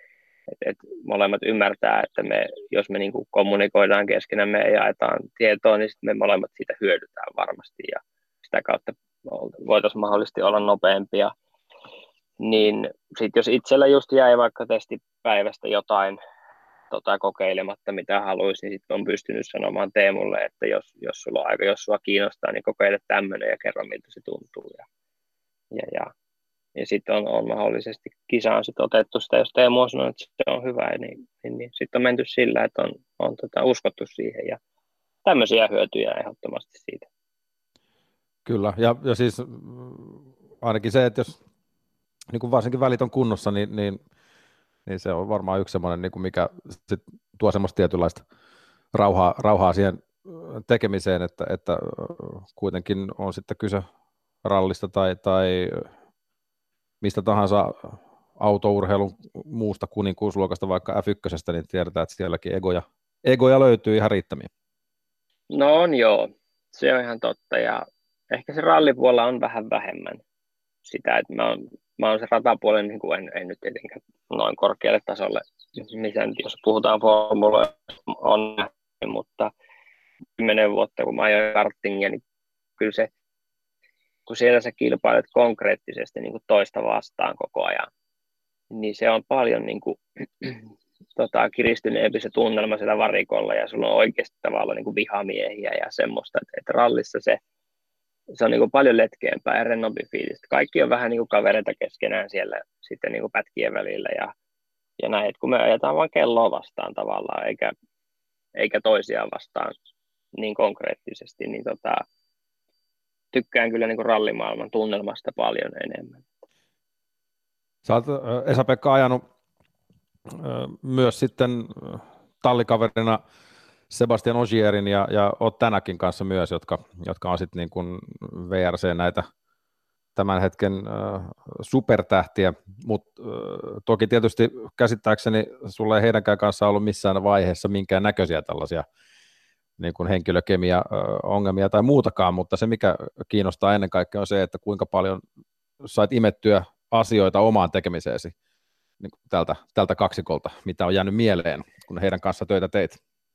Et, et molemmat ymmärtää, että me, jos me niin kuin kommunikoidaan keskenämme ja jaetaan tietoa, niin sitten me molemmat siitä hyödytään varmasti ja sitä kautta voitaisiin mahdollisesti olla nopeampia. Niin sitten jos itsellä just jäi vaikka testipäivästä jotain tota, kokeilematta, mitä haluaisi, niin sitten on pystynyt sanomaan Teemulle, että jos, jos sulla on aika, jos sua kiinnostaa, niin kokeile tämmöinen ja kerro, miltä se tuntuu. Ja, ja, ja, ja sitten on, on mahdollisesti kisaan sit otettu sitä, jos Teemu on sanonut, että se on hyvä, niin, niin, niin sitten on menty sillä, että on, on tota, uskottu siihen ja tämmöisiä hyötyjä ehdottomasti siitä. Kyllä, ja, ja siis ainakin se, että jos niin kuin varsinkin välit on kunnossa, niin, niin, niin se on varmaan yksi semmoinen, niin kuin mikä sit tuo semmoista tietynlaista rauhaa, rauhaa siihen tekemiseen, että, että kuitenkin on sitten kyse rallista tai, tai mistä tahansa autourheilun muusta kuninkuusluokasta, vaikka F yksi, niin tiedetään, että sielläkin egoja, egoja löytyy ihan riittämiä. No on joo, se on ihan totta ja ehkä se rallipuolella on vähän vähemmän sitä, että mä oon, mä oon se ratapuolen, niin kuin en, en nyt tietenkään noin korkealle tasolle, missä nyt, jos puhutaan formuloista, on nähnyt, mutta kymmenen vuotta, kun mä ajoin karttingia, niin kyllä se, kun siellä sä kilpailet konkreettisesti niin kuin toista vastaan koko ajan, niin se on paljon niin kuin, tota, kiristyneempi se tunnelma siellä varikolla, ja sulla on oikeasti tavallaan niin kuin vihamiehiä ja semmoista, että, että rallissa se se on niin kuin paljon letkeämpää ja rennompi fiilis. Kaikki on vähän niin kuin kavereita keskenään siellä sitten niin kuin pätkien välillä ja, ja näin, että kun me ajetaan vaan kelloa vastaan tavallaan, eikä, eikä toisiaan vastaan niin konkreettisesti, niin tota, tykkään kyllä niin kuin rallimaailman tunnelmasta paljon enemmän. Sä oot, Esa-Pekka, ajanut myös sitten tallikaverina Sebastian Ogierin ja, ja oot tänäkin kanssa myös, jotka, jotka on sitten niin kuin V R C näitä tämän hetken äh, supertähtiä, mutta äh, toki tietysti käsittääkseni sulla ei heidänkään kanssa ollut missään vaiheessa minkään näköisiä tällaisia niin kuin henkilökemia-ongelmia tai muutakaan, mutta se mikä kiinnostaa ennen kaikkea on se, että kuinka paljon sait imettyä asioita omaan tekemiseesi niin kuin tältä, tältä kaksikolta, mitä on jäänyt mieleen, kun heidän kanssa töitä teit.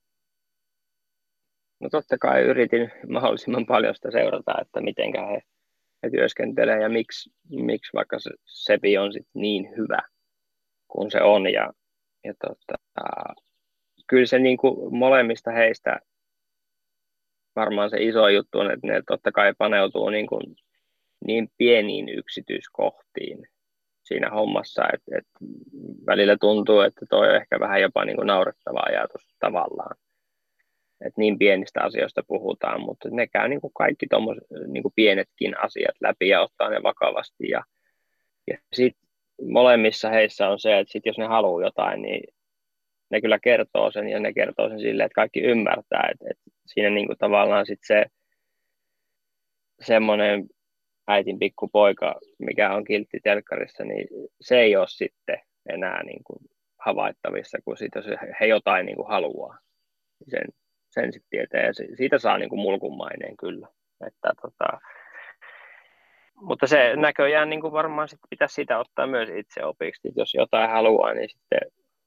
No totta kai yritin mahdollisimman paljon sitä seurata, että mitenkä he, he työskentelee ja miksi, miksi vaikka se Sepi on sit niin hyvä kuin se on. Ja, ja tota, kyllä se niin kuin molemmista heistä varmaan se iso juttu on, että ne totta kai paneutuu niin, kuin niin pieniin yksityiskohtiin siinä hommassa, että, että välillä tuntuu, että toi on ehkä vähän jopa niin kuin naurettava ajatus tavallaan. Että niin pienistä asioista puhutaan, mutta ne käy niin kuin kaikki tommoset, niin kuin pienetkin asiat läpi ja ottaa ne vakavasti. Ja, ja sitten molemmissa heissä on se, että sit jos ne haluaa jotain, niin ne kyllä kertoo sen ja ne kertoo sen silleen, että kaikki ymmärtää. Että, että siinä niin kuin tavallaan sit se semmoinen äitin pikkupoika, mikä on kiltti telkkarissa, niin se ei ole sitten enää niin kuin havaittavissa, kun sit, jos he jotain niin kuin haluaa. Sen, sen sitten tietää, ja siitä saa niin kuin mulkunmaineen kyllä. Että, tota, mutta se näköjään niin kuin varmaan sit pitäisi sitä ottaa myös itse opiksi, että jos jotain haluaa, niin sitten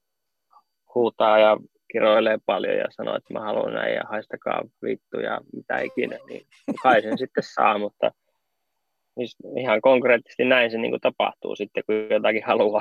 huutaa ja kiroilee paljon ja sanoo, että mä haluan näin ja haistakaa vittu ja mitä ikinä, niin kai sen sitten saa, mutta ihan konkreettisesti näin se niin kuin tapahtuu sitten, kun jotakin haluaa.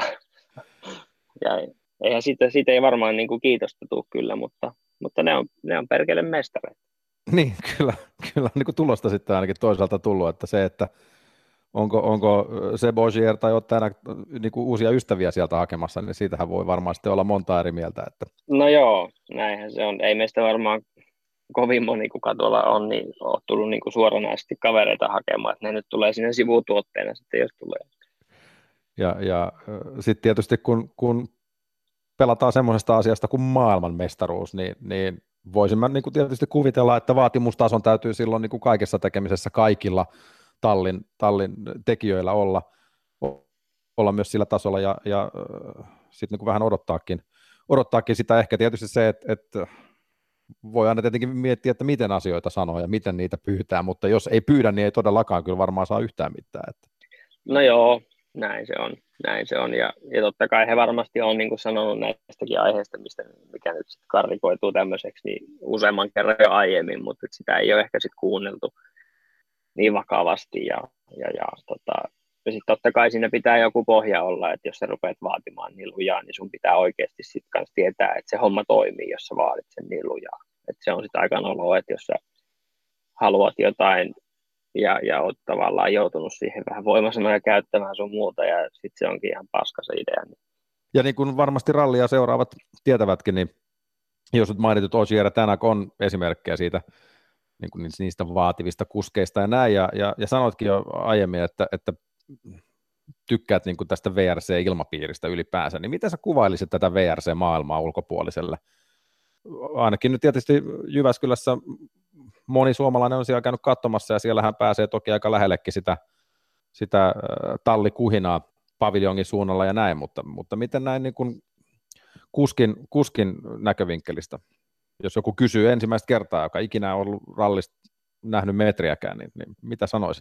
Ja eihän siitä, siitä ei varmaan niin kuin kiitosta tule kyllä, mutta, mutta ne on, ne on perkele mestareita. Niin, kyllä, kyllä niin kuin tulosta sitten ainakin toisaalta tullut, että se, että onko, onko Seb Ogier tai olet tänään niin kuin uusia ystäviä sieltä hakemassa, niin siitähän voi varmaan sitten olla monta eri mieltä. Että... No joo, näinhän se on. Ei meistä varmaan kovin moni, kuka tuolla on, niin on tullut niin kuin suoranaisesti kavereita hakemaan, että ne nyt tulee sinne sivutuotteena sitten, jos tulee. Ja, ja sitten tietysti kun, kun pelataan semmoisesta asiasta kuin maailmanmestaruus, niin, niin voisin mä niin kuin tietysti kuvitella, että vaatimustason täytyy silloin niin kuin kaikessa tekemisessä kaikilla tallin, tallin tekijöillä olla, olla myös sillä tasolla ja, ja sitten niin kuin vähän odottaakin, odottaakin sitä ehkä tietysti se, että, että voi aina tietenkin miettiä, että miten asioita sanoo ja miten niitä pyytää, mutta jos ei pyydä, niin ei todellakaan kyllä varmaan saa yhtään mitään. Että. No joo, näin se on, näin se on. Ja, ja totta kai he varmasti on niin kuin sanonut näistäkin aiheista, mistä, mikä nyt sitten karrikoituu tämmöiseksi niin useamman kerran jo aiemmin, mutta sitä ei ole ehkä sitten kuunneltu niin vakavasti. Ja, ja, ja, tota, ja sitten totta kai siinä pitää joku pohja olla, että jos sä rupeat vaatimaan niin lujaa, niin sun pitää oikeasti sitten kanssa tietää, että se homma toimii, jos sä vaadit sen niin lujaa. Että se on sitten aika noloa, että jos sä haluat jotain ja, ja olet tavallaan joutunut siihen vähän voimasanoja käyttämään sun muuta, ja sitten se onkin ihan paska se idea. Ja niin kuin varmasti rallia seuraavat tietävätkin, niin jos nyt mainitut Ogier ja Tänak on esimerkkejä siitä, niin kuin niistä vaativista kuskeista ja näin, ja, ja, ja sanoitkin jo aiemmin, että, että tykkäät niin kuin tästä V R C-ilmapiiristä ylipäänsä, niin miten sä kuvailisit tätä V R C-maailmaa ulkopuoliselle? Ainakin nyt tietysti Jyväskylässä moni suomalainen on siellä käynyt katsomassa, ja siellähän pääsee toki aika lähellekin sitä, sitä tallikuhinaa paviljongin suunnalla ja näin, mutta, mutta miten näin niin kuin kuskin, kuskin näkövinkkelistä, jos joku kysyy ensimmäistä kertaa, joka ikinä on ollut rallista nähnyt metriäkään, niin, niin mitä sanoisit?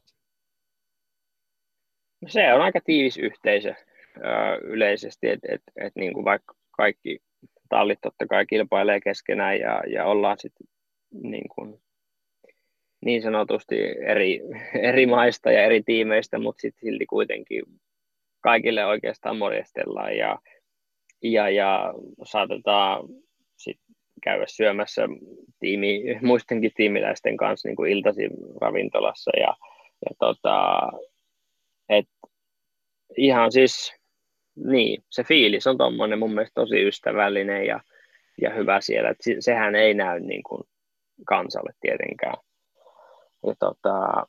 No se on aika tiivis yhteisö ö, yleisesti, että et, et niin kuin vaikka kaikki tallit totta kai kilpailee keskenään ja, ja ollaan sitten niin kuin niin sanotusti eri, eri maista ja eri tiimeistä, mutta sitten silti kuitenkin kaikille oikeastaan morjestellaan ja, ja, ja saatetaan sit käydä syömässä tiimi, muistenkin tiimiläisten kanssa niin kuin iltaisin ravintolassa ja, ja tota, et ihan siis niin, se fiilis on tommoinen mun mielestä tosi ystävällinen ja, ja hyvä siellä, et sehän ei näy niin kuin kansalle tietenkään. Ja tota,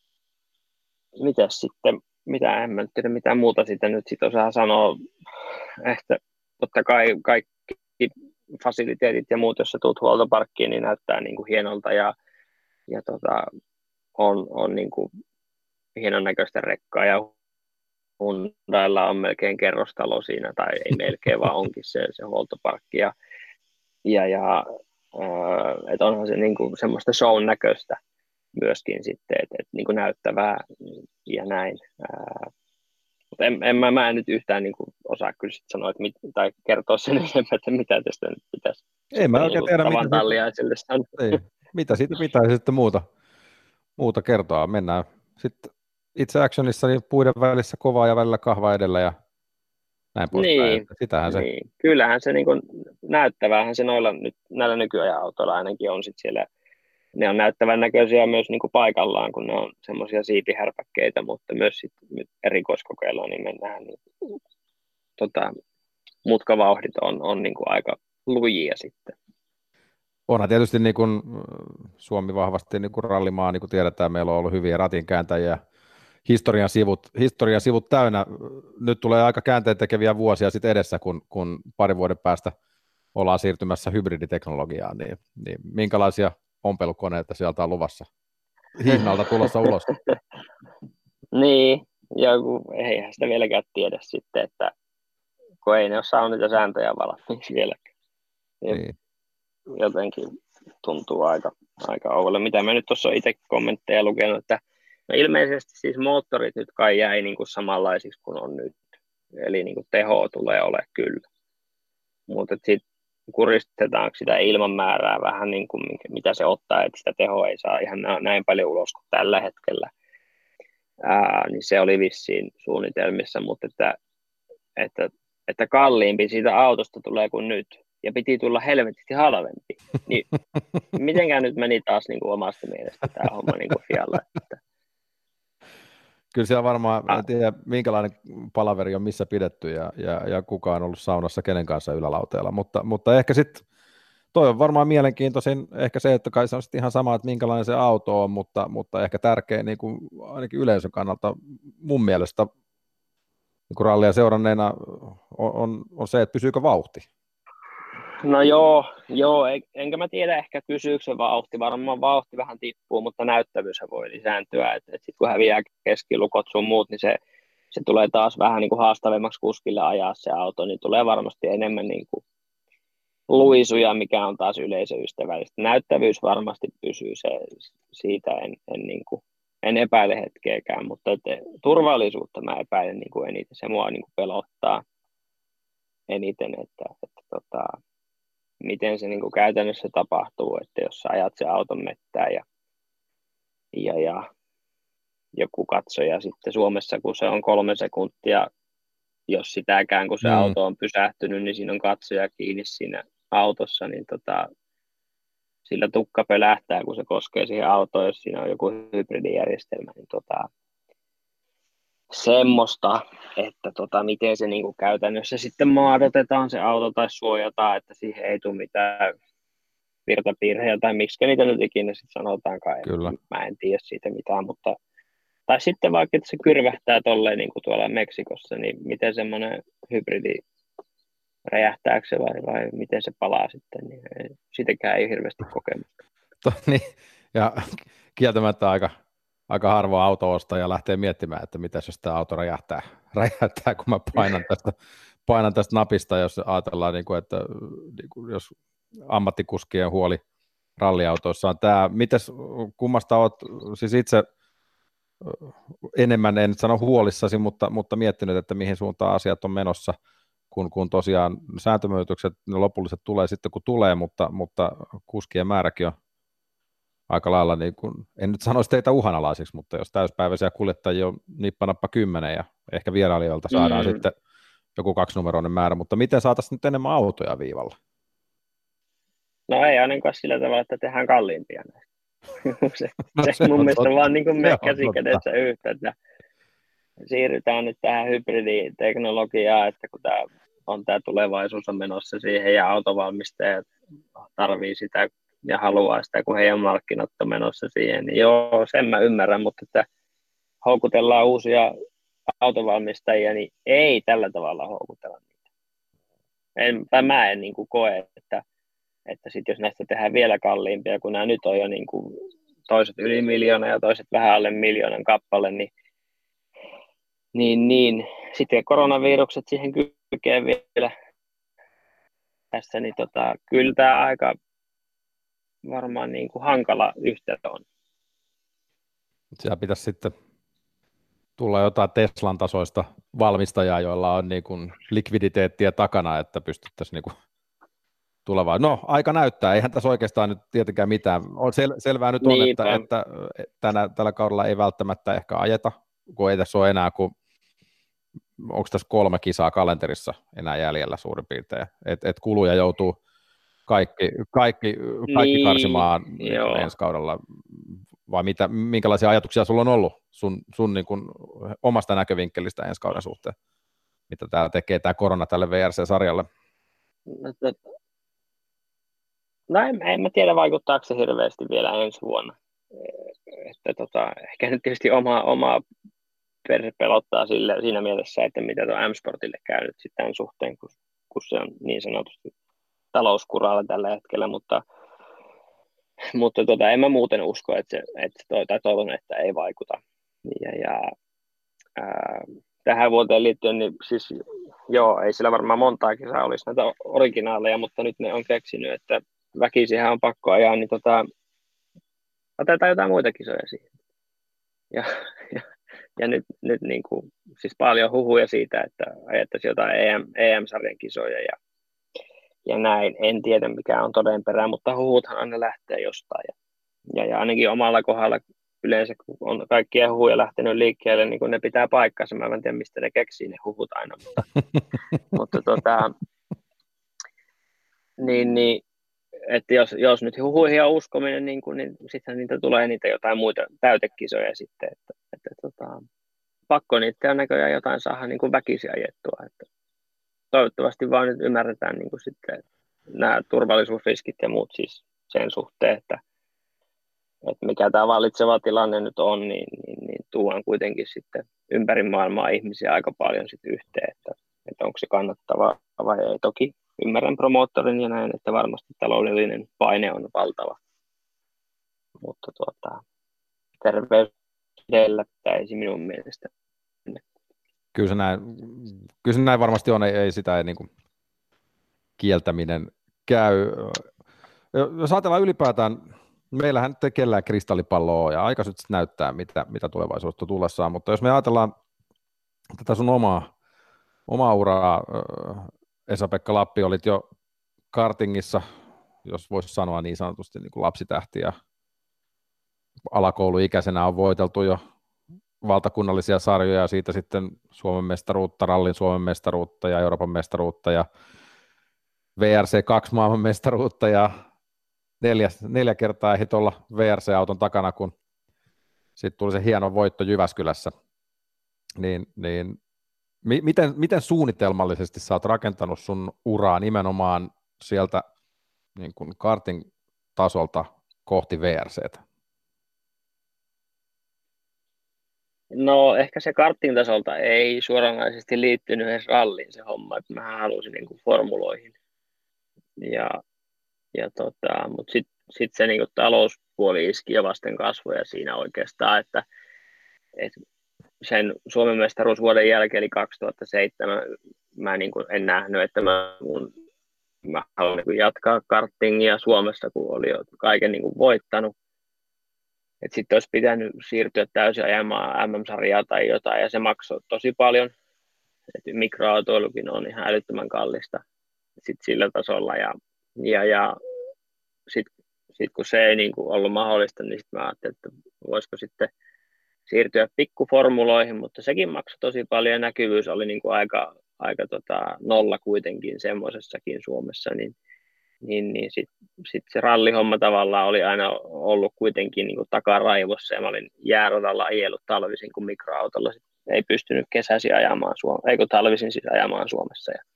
mitäs sitten, mitä en mä tiedä, mitä muuta sitä nyt sit osaa sanoa, että totta kai kaikki fasiliteetit ja muut, jos sä tuut huoltoparkkiin, niin näyttää niin kuin hienolta ja, ja tota, on, on niin kuin hienon näköistä rekkaa ja Hyundailla on melkein kerrostalo siinä, tai ei melkein, vaan onkin se, se huoltoparkki ja, ja, ja äh, että onhan se niin kuin semmoista shown näköistä myöskin sitten, että et, niin kuin näyttävää ja näin. Ää, mutta en, en, mä, mä en nyt yhtään niin kuin osaa kyllä sit sanoa, että mit, tai kertoa sen enemmän, että mitä tästä nyt pitäisi. Ei mä oikein tiedä, mitä siitä, mitä siitä pitäisi sitten muuta, muuta kertoa. Mennään sitten itse actionissa niin puiden välissä kovaa ja välillä kahva edellä ja näin poispäin. Niin, Sitähän niin. se. Kyllähän se niin kuin näyttävähän se noilla, nyt, näillä nykyajan autoilla ainakin on sitten siellä. Ne on näyttävän näköisiä myös niin kuin paikallaan, kun ne on semmoisia siipihärpäkkeitä, mutta myös sit erikoiskokeilla niin mennään. Niin, tota, mutkavauhdit on, on niin kuin aika lujia sitten. Onhan tietysti niin kuin Suomi vahvasti niin kuin rallimaa, niin kuin tiedetään, meillä on ollut hyviä ratinkääntäjiä, historian sivut, historian sivut täynnä. Nyt tulee aika käänteen tekeviä vuosia sitten edessä, kun, kun parin vuoden päästä ollaan siirtymässä hybriditeknologiaan, niin, niin minkälaisia ompelukoneita sieltä on luvassa hinnalta tulossa ulos? Niin, ja eihän sitä vieläkään tiedä sitten, että kun ei ne ole saanut niitä sääntöjä valmiiksi vieläkään. Niin. Jotenkin tuntuu aika, aika oudolle. Mitä mä nyt tuossa olen itse kommentteja lukenut, että no ilmeisesti siis moottorit nyt kai jäi niin kuin samanlaisiksi kuin on nyt. Eli niin kuin teho tulee ole kyllä. Mutta sitten kuristetaanko sitä ilmanmäärää vähän niin kuin mitä se ottaa, että sitä tehoa ei saa ihan näin paljon ulos kuin tällä hetkellä. Ää, niin se oli vissiin suunnitelmissa, mutta että, että, että kalliimpi siitä autosta tulee kuin nyt. Ja piti tulla helvetisti halvempi. Niin mitenkään nyt meni taas niin kuin omasta mielestä tämä homma niin kuin Fialla. Että... Kyllä siellä varmaan, en tiedä minkälainen palaveri on missä pidetty ja, ja, ja kuka on ollut saunassa kenen kanssa ylälauteella, mutta, mutta ehkä sitten toi on varmaan mielenkiintoisin, ehkä se, että kai se on sitten ihan sama, että minkälainen se auto on, mutta, mutta ehkä tärkein niin kuin ainakin yleisön kannalta mun mielestä niin kuin rallia seuranneena on, on, on se, että pysyykö vauhti. No joo, joo, enkä mä tiedä ehkä kysyykö se vauhti, varmaan vauhti vähän tippuu, mutta näyttävyys voi lisääntyä, että et sitten kun häviää keskilukot sun muut, niin se, se tulee taas vähän niin kuin haastavemmaksi kuskille ajaa se auto, niin tulee varmasti enemmän niin kuin luisuja, mikä on taas yleisöystävällistä. Näyttävyys varmasti pysyy, se, siitä en, en niin kuin en epäile hetkeäkään, mutta että turvallisuutta mä epäilen niin kuin eniten. Se mua niin kuin pelottaa eniten, että, että tota, miten se niin kuin käytännössä tapahtuu, että jos sä ajat se auton mettään ja, ja, ja joku katsoja sitten Suomessa, kun se on kolme sekuntia, jos sitäkään, kun se mm. auto on pysähtynyt, niin siinä on katsoja kiinni siinä autossa, niin tota, sillä tukka pölähtää, kun se koskee siihen autoon, jos siinä on joku hybridijärjestelmä, niin tota, semmoista, että tota, miten se niinku käytännössä sitten maadotetaan se auto tai suojataan, että siihen ei tule mitään virtapiirhejä tai miksi niitä nyt ikinä sitten sanotaankaan. Kyllä. Mä en tiedä siitä mitään, mutta tai sitten vaikka, että se kyrvähtää tolleen niin kuin tuolla Meksikossa, niin miten semmoinen hybridi räjähtääkö se vai, vai miten se palaa sitten, niin sitäkään ei hirveästi kokemusta. niin, ja kieltämättä aika, aika harvoin auto ostaa ja lähtee miettimään, että mitä jos tämä auto räjähtää, räjähtää kun mä painan tästä, painan tästä napista, jos ajatellaan, niin kuin, että niin kuin, jos ammattikuskien huoli ralliautoissa on tämä. Mites kummasta olet siis itse enemmän, en nyt sano huolissasi, mutta, mutta miettinyt, että mihin suuntaan asiat on menossa, kun, kun tosiaan sääntömyötykset, ne lopulliset tulee sitten kun tulee, mutta, mutta kuskien määräkin on aika lailla, niin kuin, en nyt sanoisi teitä uhanalaisiksi, mutta jos täyspäiväisiä kuljettajia on nippanappa kymmenen ja ehkä vierailijoilta saadaan mm. sitten joku kaksinumeroinen määrä, mutta miten saataisiin nyt enemmän autoja viivalla? No ei ainakaan sillä tavalla, että tehdään kalliimpia näistä. se, no, se, se mun mielestä totta. Vaan niin kuin me käsikädessä yhtä, että siirrytään nyt tähän hybriditeknologiaan, että kun tämä on tämä tulevaisuus on menossa siihen ja autovalmistajat tarvii sitä ja haluaa sitä, kun heidän markkinat on menossa siihen, niin joo, sen mä ymmärrän, mutta että houkutellaan uusia autovalmistajia, niin ei tällä tavalla houkutella niitä. En, tai mä en niin kuin koe, että että sitten jos näistä tehdään vielä kalliimpia, kun nämä nyt on jo niin kuin toiset yli miljoona ja toiset vähän alle miljoonan kappale, niin, niin, niin. Sitten koronavirukset siihen kylkeen vielä tässä, niin tota, kyllä tämä aika varmaan niin kuin hankala yhtälö on. Siellä pitäisi sitten tulla jotain Teslan tasoista valmistajaa, joilla on niin kuin likviditeettiä takana, että pystyttäisiin niin kuin tulevaa. No, aika näyttää. Eihän tässä oikeastaan nyt tietenkään mitään. On sel- selvää nyt on, Niinpä. että, että tänä, tällä kaudella ei välttämättä ehkä ajeta, kun ei tässä ole enää, kun onko tässä kolme kisaa kalenterissa enää jäljellä suurin piirtein. Että et kuluja joutuu kaikki, kaikki, kaikki niin, karsimaan joo. ensi kaudella. Vai mitä, minkälaisia ajatuksia sulla on ollut sun, sun niin kuin omasta näkövinkkelistä ensi kauden suhteen? Mitä tämä tekee, tämä korona tälle V R C-sarjalle? No, No en, en mä tiedä, vaikuttaako se hirveästi vielä ensi vuonna. Että tota, ehkä nyt tietysti omaa, omaa perhe pelottaa sille, siinä mielessä, että mitä tuo M-Sportille käy nyt sitten tämän suhteen, kun, kun se on niin sanotusti talouskuralla tällä hetkellä, mutta, mutta tota, en mä muuten usko, että se, että toi, tai toivon, että ei vaikuta. Ja, ja ää, tähän vuoteen liittyen, niin siis joo, ei sillä varmaan montaa kisaa olisi näitä originaaleja, mutta nyt ne on keksinyt, että väkisihän on pakko ajaa, niin tota, otetaan jotain muita kisoja siihen. Ja, ja, ja nyt, nyt niin kuin, siis paljon huhuja siitä, että ajettaisiin jotain E M, E M-sarjan kisoja ja, ja näin. En tiedä, mikä on todenperää, mutta huhuthan aina lähtee jostain. Ja, ja, ja ainakin omalla kohdalla yleensä, kun on kaikkia huhuja lähtenyt liikkeelle, niin kun ne pitää paikkansa. Mä en tiedä, mistä ne keksii ne huhut aina. Mutta, mutta tota, niin, niin että jos, jos nyt huhuihin on uskominen, niin, kun, niin sitten niitä tulee niitä jotain muita täytekisoja sitten, että, että, että tota, pakko niitä on näköjään jotain saada niin kuin väkisin ajettua, että toivottavasti vaan nyt ymmärretään niin kuin sitten nämä turvallisuusriskit ja muut siis sen suhteen, että, että mikä tämä vallitseva tilanne nyt on, niin, niin, niin tuodaan kuitenkin sitten ympäri maailmaa ihmisiä aika paljon sitten yhteen, että, että onko se kannattavaa vai ei. Toki ymmärrän promoottorin ja näin, että varmasti taloudellinen paine on valtava, mutta tuota, terveys edellä pitäisi minun mielestä. Kyllä se näin, kyllä se näin varmasti on, ei, ei sitä ei niin kuin kieltäminen käy. Jos ajatellaan ylipäätään Meillähän nyt ei kellään kristallipalloa ole, ja aika sitten näyttää, mitä, mitä tulevaisuudesta tullessaan, mutta jos me ajatellaan tätä sun omaa, omaa uraa, Esa-Pekka Lappi, olit jo kartingissa, jos voisi sanoa niin sanotusti niin kuin lapsitähti, ja alakouluikäisenä on voiteltu jo valtakunnallisia sarjoja, ja siitä sitten Suomen mestaruutta, rallin Suomen mestaruutta ja Euroopan mestaruutta, ja V R C kaksi maailman mestaruutta, ja neljä, neljä kertaa ehdit olla V R C-auton takana, kun sitten tuli se hieno voitto Jyväskylässä. Niin, niin mi- miten, miten suunnitelmallisesti sä oot rakentanut sun uraa nimenomaan sieltä niin kuin karting tasolta kohti V R C:tä? No ehkä se kartin tasolta ei suoranaisesti liittynyt edes ralliin se homma, että mä halusin niin kuin formuloihin. Ja, ja tota, mutta sitten sit se niin kuin talouspuoli iski jo vasten kasvoja siinä oikeastaan, että, että sen Suomen mestaruusvuoden jälkeen, eli kaksituhattaseitsemän, mä niin kuin en nähnyt, että mä, mun, mä haluan niin kuin jatkaa kartingia Suomessa, kun oli jo kaiken niin kuin voittanut. Sitten olisi pitänyt siirtyä täysin ajamaan M M-sarjaa tai jotain, ja se maksoi tosi paljon. Et mikroautoilukin on ihan älyttömän kallista sit sillä tasolla. Ja, ja, ja sitten sit kun se ei niin kuin ollut mahdollista, niin sitten mä ajattelin, että voisiko sitten siirtyä pikkuformuloihin, mutta sekin maksoi tosi paljon, ja näkyvyys oli niin kuin aika, aika tota nolla kuitenkin semmoisessakin Suomessa, niin niin, niin sitten sit se rallihomma tavallaan oli aina ollut kuitenkin niin kuin takaraivossa, ja mä olin jääradalla ajellut talvisin, kun mikroautolla sit ei pystynyt kesäisin ajamaan Suomessa, ei kun talvisin siis ajamaan Suomessa. Ja,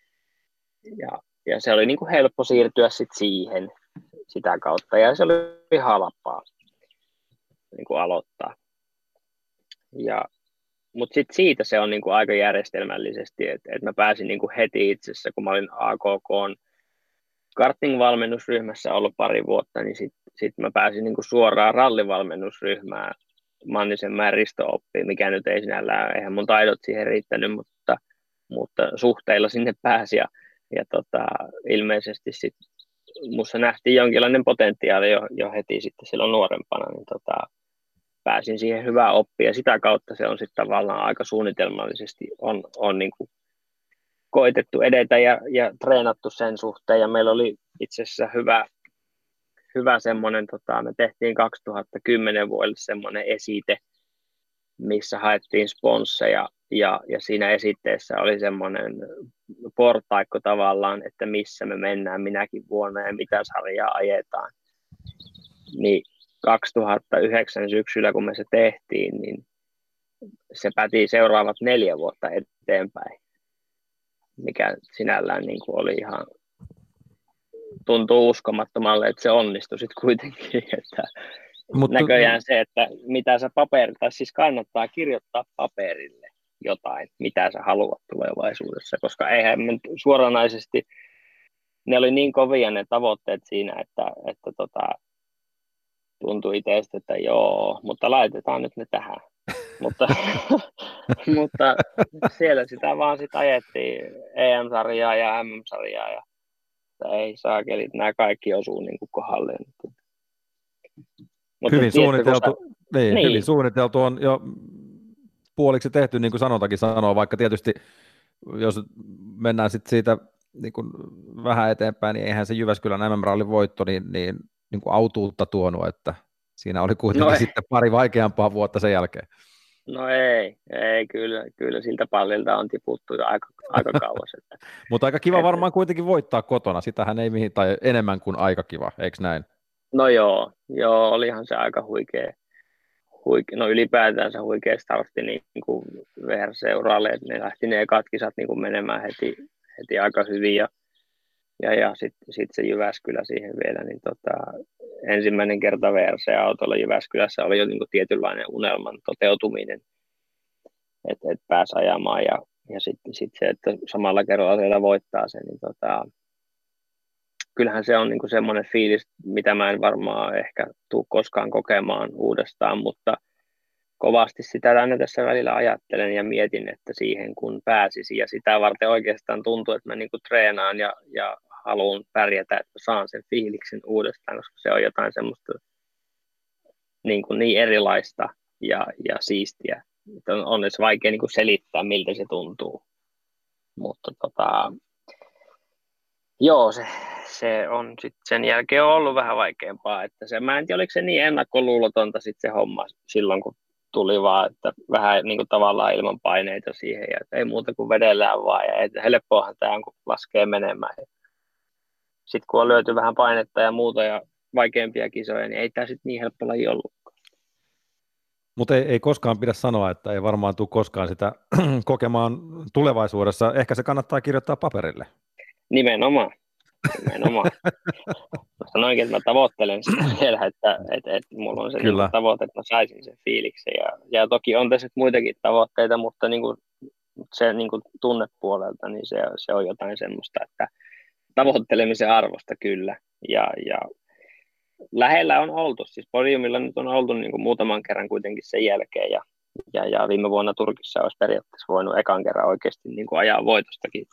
ja, ja se oli niin kuin helppo siirtyä sit siihen sitä kautta, ja se oli halpaa niin kuin aloittaa. Ja, mutta sitten siitä se on niin kuin aika järjestelmällisesti, että et mä pääsin niin kuin heti itse asiassa, kun mä olin A K K:n karting-valmennusryhmässä ollut pari vuotta, niin sitten sit mä pääsin niinku suoraan rallivalmennusryhmään Mannisenmäen Risto oppiin, mikä nyt ei sinällään, eihän mun taidot siihen riittänyt, mutta, mutta suhteilla sinne pääsi, ja, ja tota, ilmeisesti sit musta nähtiin jonkinlainen potentiaali jo, jo heti sitten silloin nuorempana, niin tota, pääsin siihen hyvään oppiin, ja sitä kautta se on sitten tavallaan aika suunnitelmallisesti on, on niinku koitettu edetä ja, ja treenattu sen suhteen, ja meillä oli itse asiassa hyvä, hyvä semmoinen, tota, me tehtiin kaksituhattakymmenen vuodelle semmoinen esite, missä haettiin sponsseja, ja, ja siinä esitteessä oli semmoinen portaikko tavallaan, että missä me mennään minäkin vuonna ja mitä sarjaa ajetaan. Niin kaksituhattayhdeksän syksyllä, kun me se tehtiin, niin se päti seuraavat neljä vuotta eteenpäin, mikä sinällään niin kuin oli ihan, tuntuu uskomattomalle, että se onnistui sitten kuitenkin, että Mutta näköjään se, että mitä sä paperi, tai siis kannattaa kirjoittaa paperille jotain, mitä sä haluat tulevaisuudessa, koska eihän me suoranaisesti, ne oli niin kovia ne tavoitteet siinä, että, että tota, tuntui itsestä, että joo, mutta laitetaan nyt ne tähän. mutta, mutta siellä sitä vaan sit ajettiin E M-sarjaa ja M M-sarjaa, ja ei saakelit, nämä kaikki osuu niin kuin kohdalleen. Mutta hyvin suunniteltu, sä... niin, niin. hyvin suunniteltu on jo puoliksi tehty, niin kuin sanontakin sanoo, vaikka tietysti jos mennään sit siitä niin kuin vähän eteenpäin, niin eihän se Jyväskylän M M-rallin voitto niin, niin, niin kuin autuutta tuonut, että siinä oli kuitenkin no sitten pari vaikeampaa vuotta sen jälkeen. No ei, ei kyllä, kyllä siltä pallilta on tiputtu jo aika, aika kauas. Että, mutta aika kiva että... varmaan kuitenkin voittaa kotona, sitähän ei mihin, tai enemmän kuin aika kiva, eikö näin? No joo, joo, olihan se aika huikea, huikea no ylipäätään se huikea startti niin kuin V R C-uralle, että ne lähti ne ekat kisat niin kuin menemään heti, heti aika hyvin, ja, ja, ja sitten sit se Jyväskylä siihen vielä, niin tota, ensimmäinen kerta V R C-autolla Jyväskylässä oli jo niin kuin tietynlainen unelman toteutuminen, että et pääsi ajamaan, ja, ja sitten sit se, että samalla kerralla siellä voittaa sen, niin tota, kyllähän se on niinku semmoinen fiilis, mitä mä en varmaan ehkä tule koskaan kokemaan uudestaan, mutta kovasti sitä aina tässä välillä ajattelen ja mietin, että siihen kun pääsisi, ja sitä varten oikeastaan tuntuu, että mä niinku treenaan ja, ja haluan pärjätä, että saan sen fiiliksen uudestaan, koska se on jotain semmoista niin, kuin niin erilaista ja, ja siistiä. Että on, on edes vaikea niin kuin selittää, miltä se tuntuu. Mutta tota, joo, se, se on sitten sen jälkeen on ollut vähän vaikeampaa. Että se, mä en tiedä, oliko se niin ennakkoluulotonta sitten se homma silloin, kun tuli vaan, että vähän niin kuin tavallaan ilman paineita siihen, ja ei muuta kuin vedellään vaan, ja että helppoahan tämä on, kun laskee menemään. Sitten kun on löyty vähän painetta ja muuta ja vaikeampia kisoja, niin ei tämä sitten niin helppo laji ollut. Mutta ei, ei koskaan pidä sanoa, että ei varmaan tule koskaan sitä kokemaan tulevaisuudessa. Ehkä se kannattaa kirjoittaa paperille. Nimenomaan. Nimenomaan. Mä sanoinkin, että mä tavoittelen sitä vielä, että, että, että mulla on se niin kuin tavoite, että mä saisin sen fiiliksen. Ja, ja toki on tässä muitakin tavoitteita, mutta niin kuin se niin kuin tunnepuolelta, niin se, se on jotain semmoista, että tavoittelemisen arvosta kyllä. Ja, ja lähellä on oltu, siis podiumilla nyt on oltu niin kuin muutaman kerran kuitenkin sen jälkeen. Ja, ja, ja viime vuonna Turkissa olisi periaatteessa voinut ekan kerran oikeasti niin kuin ajaa voitostakin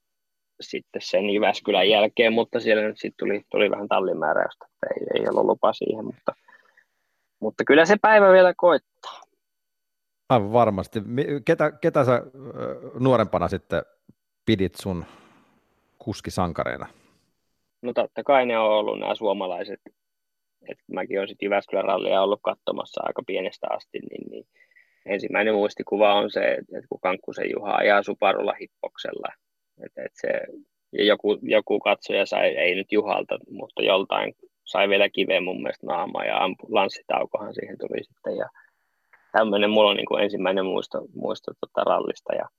sitten sen Jyväskylän jälkeen, mutta siellä nyt sitten tuli, tuli vähän tallimääräystä, että ei, ei ollut lupa siihen, mutta, mutta kyllä se päivä vielä koittaa. Aivan varmasti. Ketä, ketä sä nuorempana sitten pidit sun kuskisankareina? No totta kai ne on ollut nämä suomalaiset, että mäkin olen sitten Jyväskylän rallia ollut katsomassa aika pienestä asti, niin, niin ensimmäinen muistikuva on se, että kun Kankkusen Juha ajaa Subarulla hippoksella, että et se, ja joku, joku katsoja sai, ei nyt Juhalta, mutta joltain sai vielä kiveen mun mielestä naamaa ja ampu, lanssitaukohan siihen tuli sitten. Ja tämmöinen mulla on niin kuin ensimmäinen muisto, muisto tota rallista. Ja,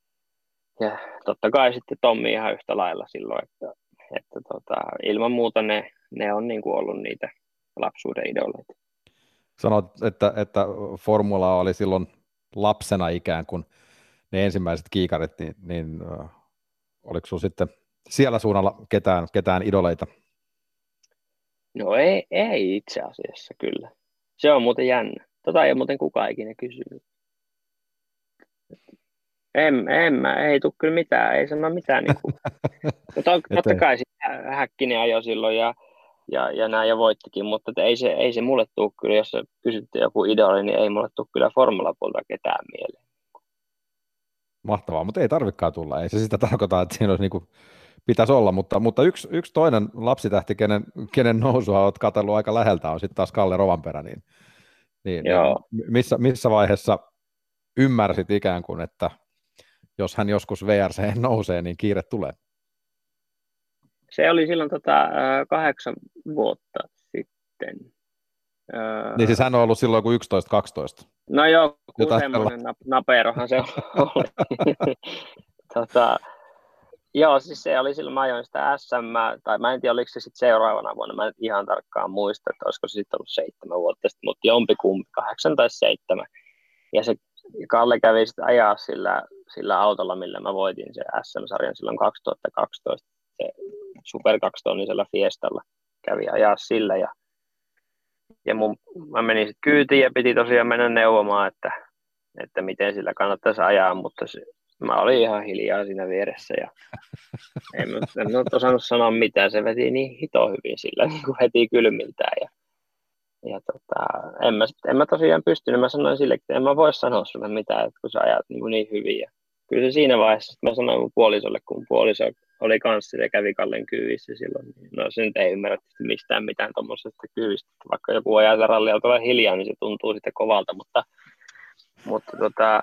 ja totta kai sitten Tommi ihan yhtä lailla silloin, että, että tota, ilman muuta ne, ne on niin kuin ollut niitä lapsuuden idoleita. Sanoit, että, että formula oli silloin lapsena ikään kuin ne ensimmäiset kiikarit, niin, niin oliko sinulla sitten siellä suunnalla ketään, ketään idoleita? No ei, ei itse asiassa kyllä. Se on muuten jännä. Tota ei ole muuten kukaan ikinä kysynyt. En, en mä, ei tule kyllä mitään, ei sano mitään. Niin kuin. No to, totta kai Häkkinen ajoi silloin ja, ja, ja näin ja voittikin, mutta ei se, ei se mulle tule kyllä, jos kysytte joku idoli, niin ei mulle tule kyllä formulapuolta ketään mieleen. Mahtavaa, mutta ei tarvikaan tulla, ei se sitä tarkoita, että siinä olisi niin kuin pitäisi olla, mutta, mutta yksi, yksi toinen lapsitähti, kenen, kenen nousua olet katsellut aika läheltä, on sitten taas Kalle Rovanperä, niin, niin, niin missä, missä vaiheessa ymmärsit ikään kuin, että jos hän joskus V R C:hen nousee, niin kiire tulee? Se oli silloin tota, kahdeksan vuotta sitten. Niin siis hän on ollut silloin kuin yksitoista kaksitoista. No joo, kun semmoinen naperohan se oli. tota, joo, siis se oli silloin, mä ajoin sitä S M, tai mä en tiedä, oliko se sitten seuraavana vuonna, mä en ihan tarkkaan muista, että olisiko se sitten ollut seitsemän vuotta sitten, mutta jompikumpi, kahdeksan tai seitsemän. Ja se Kalle kävi sitten ajaa sillä, sillä autolla, millä mä voitin se S M-sarjan silloin kaksituhattakaksitoista, se Super kaksitonnisella Fiestalla kävi ajaa sillä, ja Ja mun, mä menin sitten kyytiin ja piti tosiaan mennä neuvomaan, että, että miten sillä kannattaisi ajaa, mutta se, mä olin ihan hiljaa siinä vieressä ja en, en, en osannut sanoa mitään. Se veti niin hito hyvin sillä niin kuin heti kylmiltään. Ja, ja tota, en, mä, en mä tosiaan pystynyt. Mä sanoin sille, että en mä voi sanoa sulle mitään, että kun sä ajat niin, niin hyvin. Ja kyllä se siinä vaiheessa, että mä sanoin mun puolisolle, kun puoliso oli kanssa ja kävi Kallen kyyvissä silloin. No se nyt ei ymmärrä mistään mitään tuommoisesta kyyvistä. Vaikka joku ajaa rallia tuolla hiljaa, niin se tuntuu sitten kovalta. Mutta, mutta tota,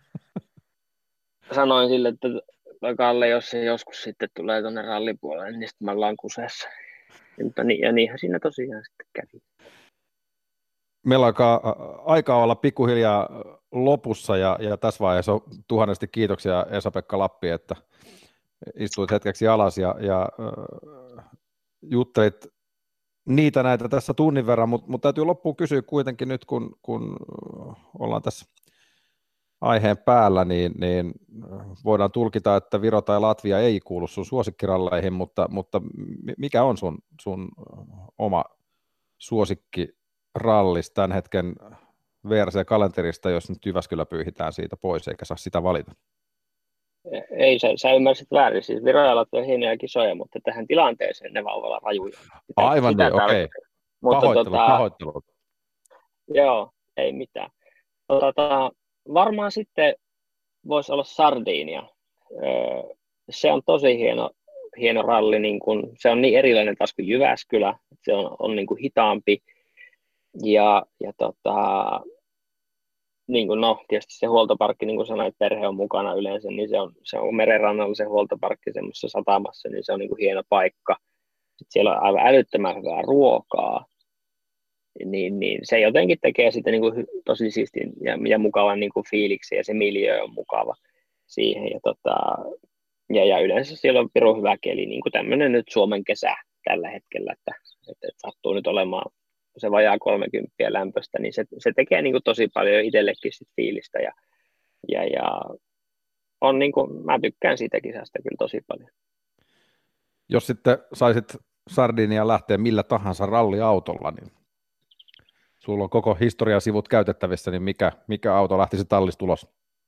sanoin sille, että Kalle, jos se joskus sitten tulee tuonne rallipuolelle, niin sitten me ollaan kuseessa. Ja, niin, ja niinhän siinä tosiaan sitten kävi. Meillä alkaa aikaa olla pikkuhiljaa lopussa ja, ja tässä vaiheessa on tuhannesti kiitoksia Esa-Pekka Lappi, että istuit hetkeksi alas ja, ja äh, juttelit niitä näitä tässä tunnin verran, mutta mut täytyy loppuun kysyä kuitenkin nyt, kun, kun ollaan tässä aiheen päällä, niin, niin voidaan tulkita, että Viro tai Latvia ei kuulu sun suosikkiralleihin, mutta, mutta mikä on sun, sun oma suosikkirallis tämän hetken V R C-kalenterista, jos nyt Jyväskylä pyyhitään siitä pois eikä saa sitä valita? Ei, sä, sä ymmärsit väärin. Siis Virojalat on hienoja kisoja, mutta tähän tilanteeseen ne vaan ovat olla rajuja. Sitä, Aivan sitä niin, okei. tarkoitan. Mutta Pahoittelut, tota, pahoittelut. joo, ei mitään. Tota, varmaan sitten voisi olla Sardinia. Öö, se on tosi hieno, hieno ralli. Niin kun, se on niin erilainen taas kuin Jyväskylä. Se on, on niin kuin hitaampi. Ja, ja tota, niin kuin no, tietysti se huoltoparkki, niin kuin sanoit, perhe on mukana yleensä, niin se on, se on merenrannalla se huoltoparkki semmoisessa satamassa, niin se on niin kuin hieno paikka. Sitten siellä on aivan älyttömän hyvää ruokaa, niin, niin se jotenkin tekee sitä niin kuin tosi siistin ja, ja mukavan niin kuin fiiliksi, ja se miljö on mukava siihen. Ja, tota, ja, ja yleensä siellä on pirun hyvä keli, niin kuin tämmöinen nyt Suomen kesä tällä hetkellä, että, että, että sattuu nyt olemaan se vajaa kolmekymmentä lämpöstä, niin se, se tekee niin kuin tosi paljon itsellekin sit fiilistä, ja, ja, ja on niin kuin, mä tykkään siitä kisasta kyllä tosi paljon. Jos sitten saisit Sardinia lähteä millä tahansa ralliautolla, niin sulla on koko historiasivut käytettävissä, niin mikä, mikä auto lähtisi tallista ulos?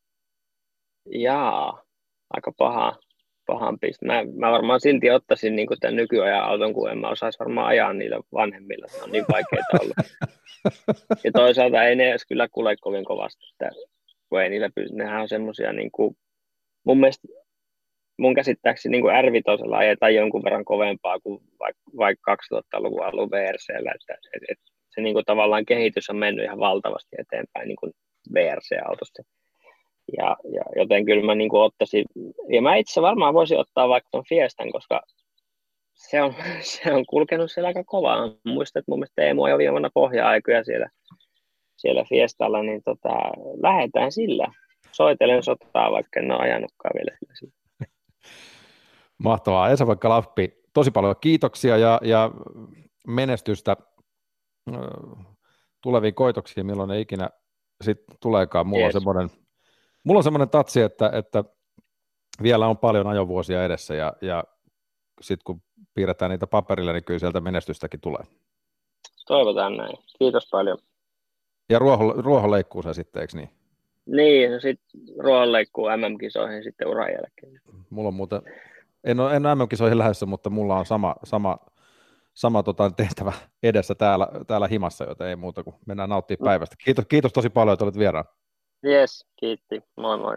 Jaa, aika paha, pahan piste. Mä, mä varmaan silti ottaisin niin kuin tämän nykyajan auton, kun en mä osaisi varmaan ajaa niillä vanhemmilla. Se on niin vaikeaa ollut. Ja toisaalta ei ne edes kyllä kulje kovin kovasti. Että, kun ei niillä pysty. Nehän on semmoisia, niin kuin, mun mielestä, mun käsittääkseni niin kuin R viisi ajetaan jonkun verran kovempaa kuin vaikka, vaikka kaksituhattaluvun alun V R C:llä. Että, et, et, se niin kuin, tavallaan kehitys on mennyt ihan valtavasti eteenpäin niin kuin V R C-autosta. Ja, ja joten kyllä mä niin kuin ottaisin, ja mä itse varmaan voisin ottaa vaikka tuon Fiestan, koska se on, se on kulkenut siellä aika kovaa. Muistan, että mun mielestä Teemu ajoi viime vuonna pohja-aikoja siellä, siellä Fiestalla, niin tota, lähdetään sillä. Soitelen sotaa, vaikka en ole ajanutkaan vielä sillä. Mahtavaa. Esa-Pekka Lappi, tosi paljon kiitoksia ja, ja menestystä äh, tuleviin koitoksiin, milloin ne ikinä sitten tuleekaan. Mulla yes. on semmoinen Mulla on semmoinen tatsi, että, että vielä on paljon ajovuosia edessä, ja, ja sitten kun piirretään niitä paperille, niin kyllä sieltä menestystäkin tulee. Toivotaan näin. Kiitos paljon. Ja ruoho, ruohonleikkuu se sitten, eikö niin? Niin, no sitten ruohonleikkuu M M-kisoihin sitten uran jälkeen. Mulla on muuten, en ole, en ole M M-kisoihin lähdössä, mutta mulla on sama, sama, sama tota, tehtävä edessä täällä, täällä himassa, joten ei muuta kuin mennään nauttimaan päivästä. Kiitos, kiitos tosi paljon, että olit vieraan. Jes, kiitti. Moi moi.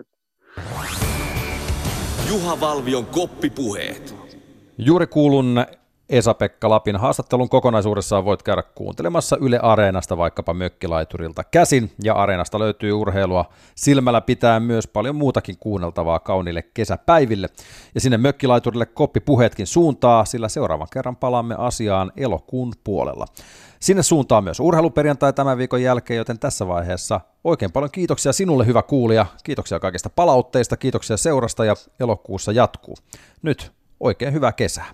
Juha Valvion koppipuheet. Juuri kuulun Esa-Pekka Lapin haastattelun kokonaisuudessaan voit käydä kuuntelemassa Yle Areenasta vaikkapa mökkilaiturilta käsin, ja Areenasta löytyy urheilua silmällä pitää myös paljon muutakin kuunneltavaa kauniille kesäpäiville. Ja sinne mökkilaiturille koppipuheetkin suuntaa, sillä seuraavan kerran palaamme asiaan elokuun puolella. Sinne suuntaa myös urheiluperjantai tämän viikon jälkeen, joten tässä vaiheessa oikein paljon kiitoksia sinulle, hyvä kuulija. Kiitoksia kaikista palautteista, kiitoksia seurasta, ja elokuussa jatkuu. Nyt oikein hyvää kesää.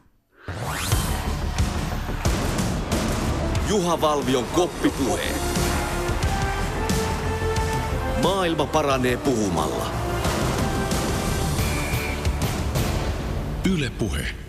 Juha Valvion koppipuheet. Maailma paranee puhumalla. Yle Puhe.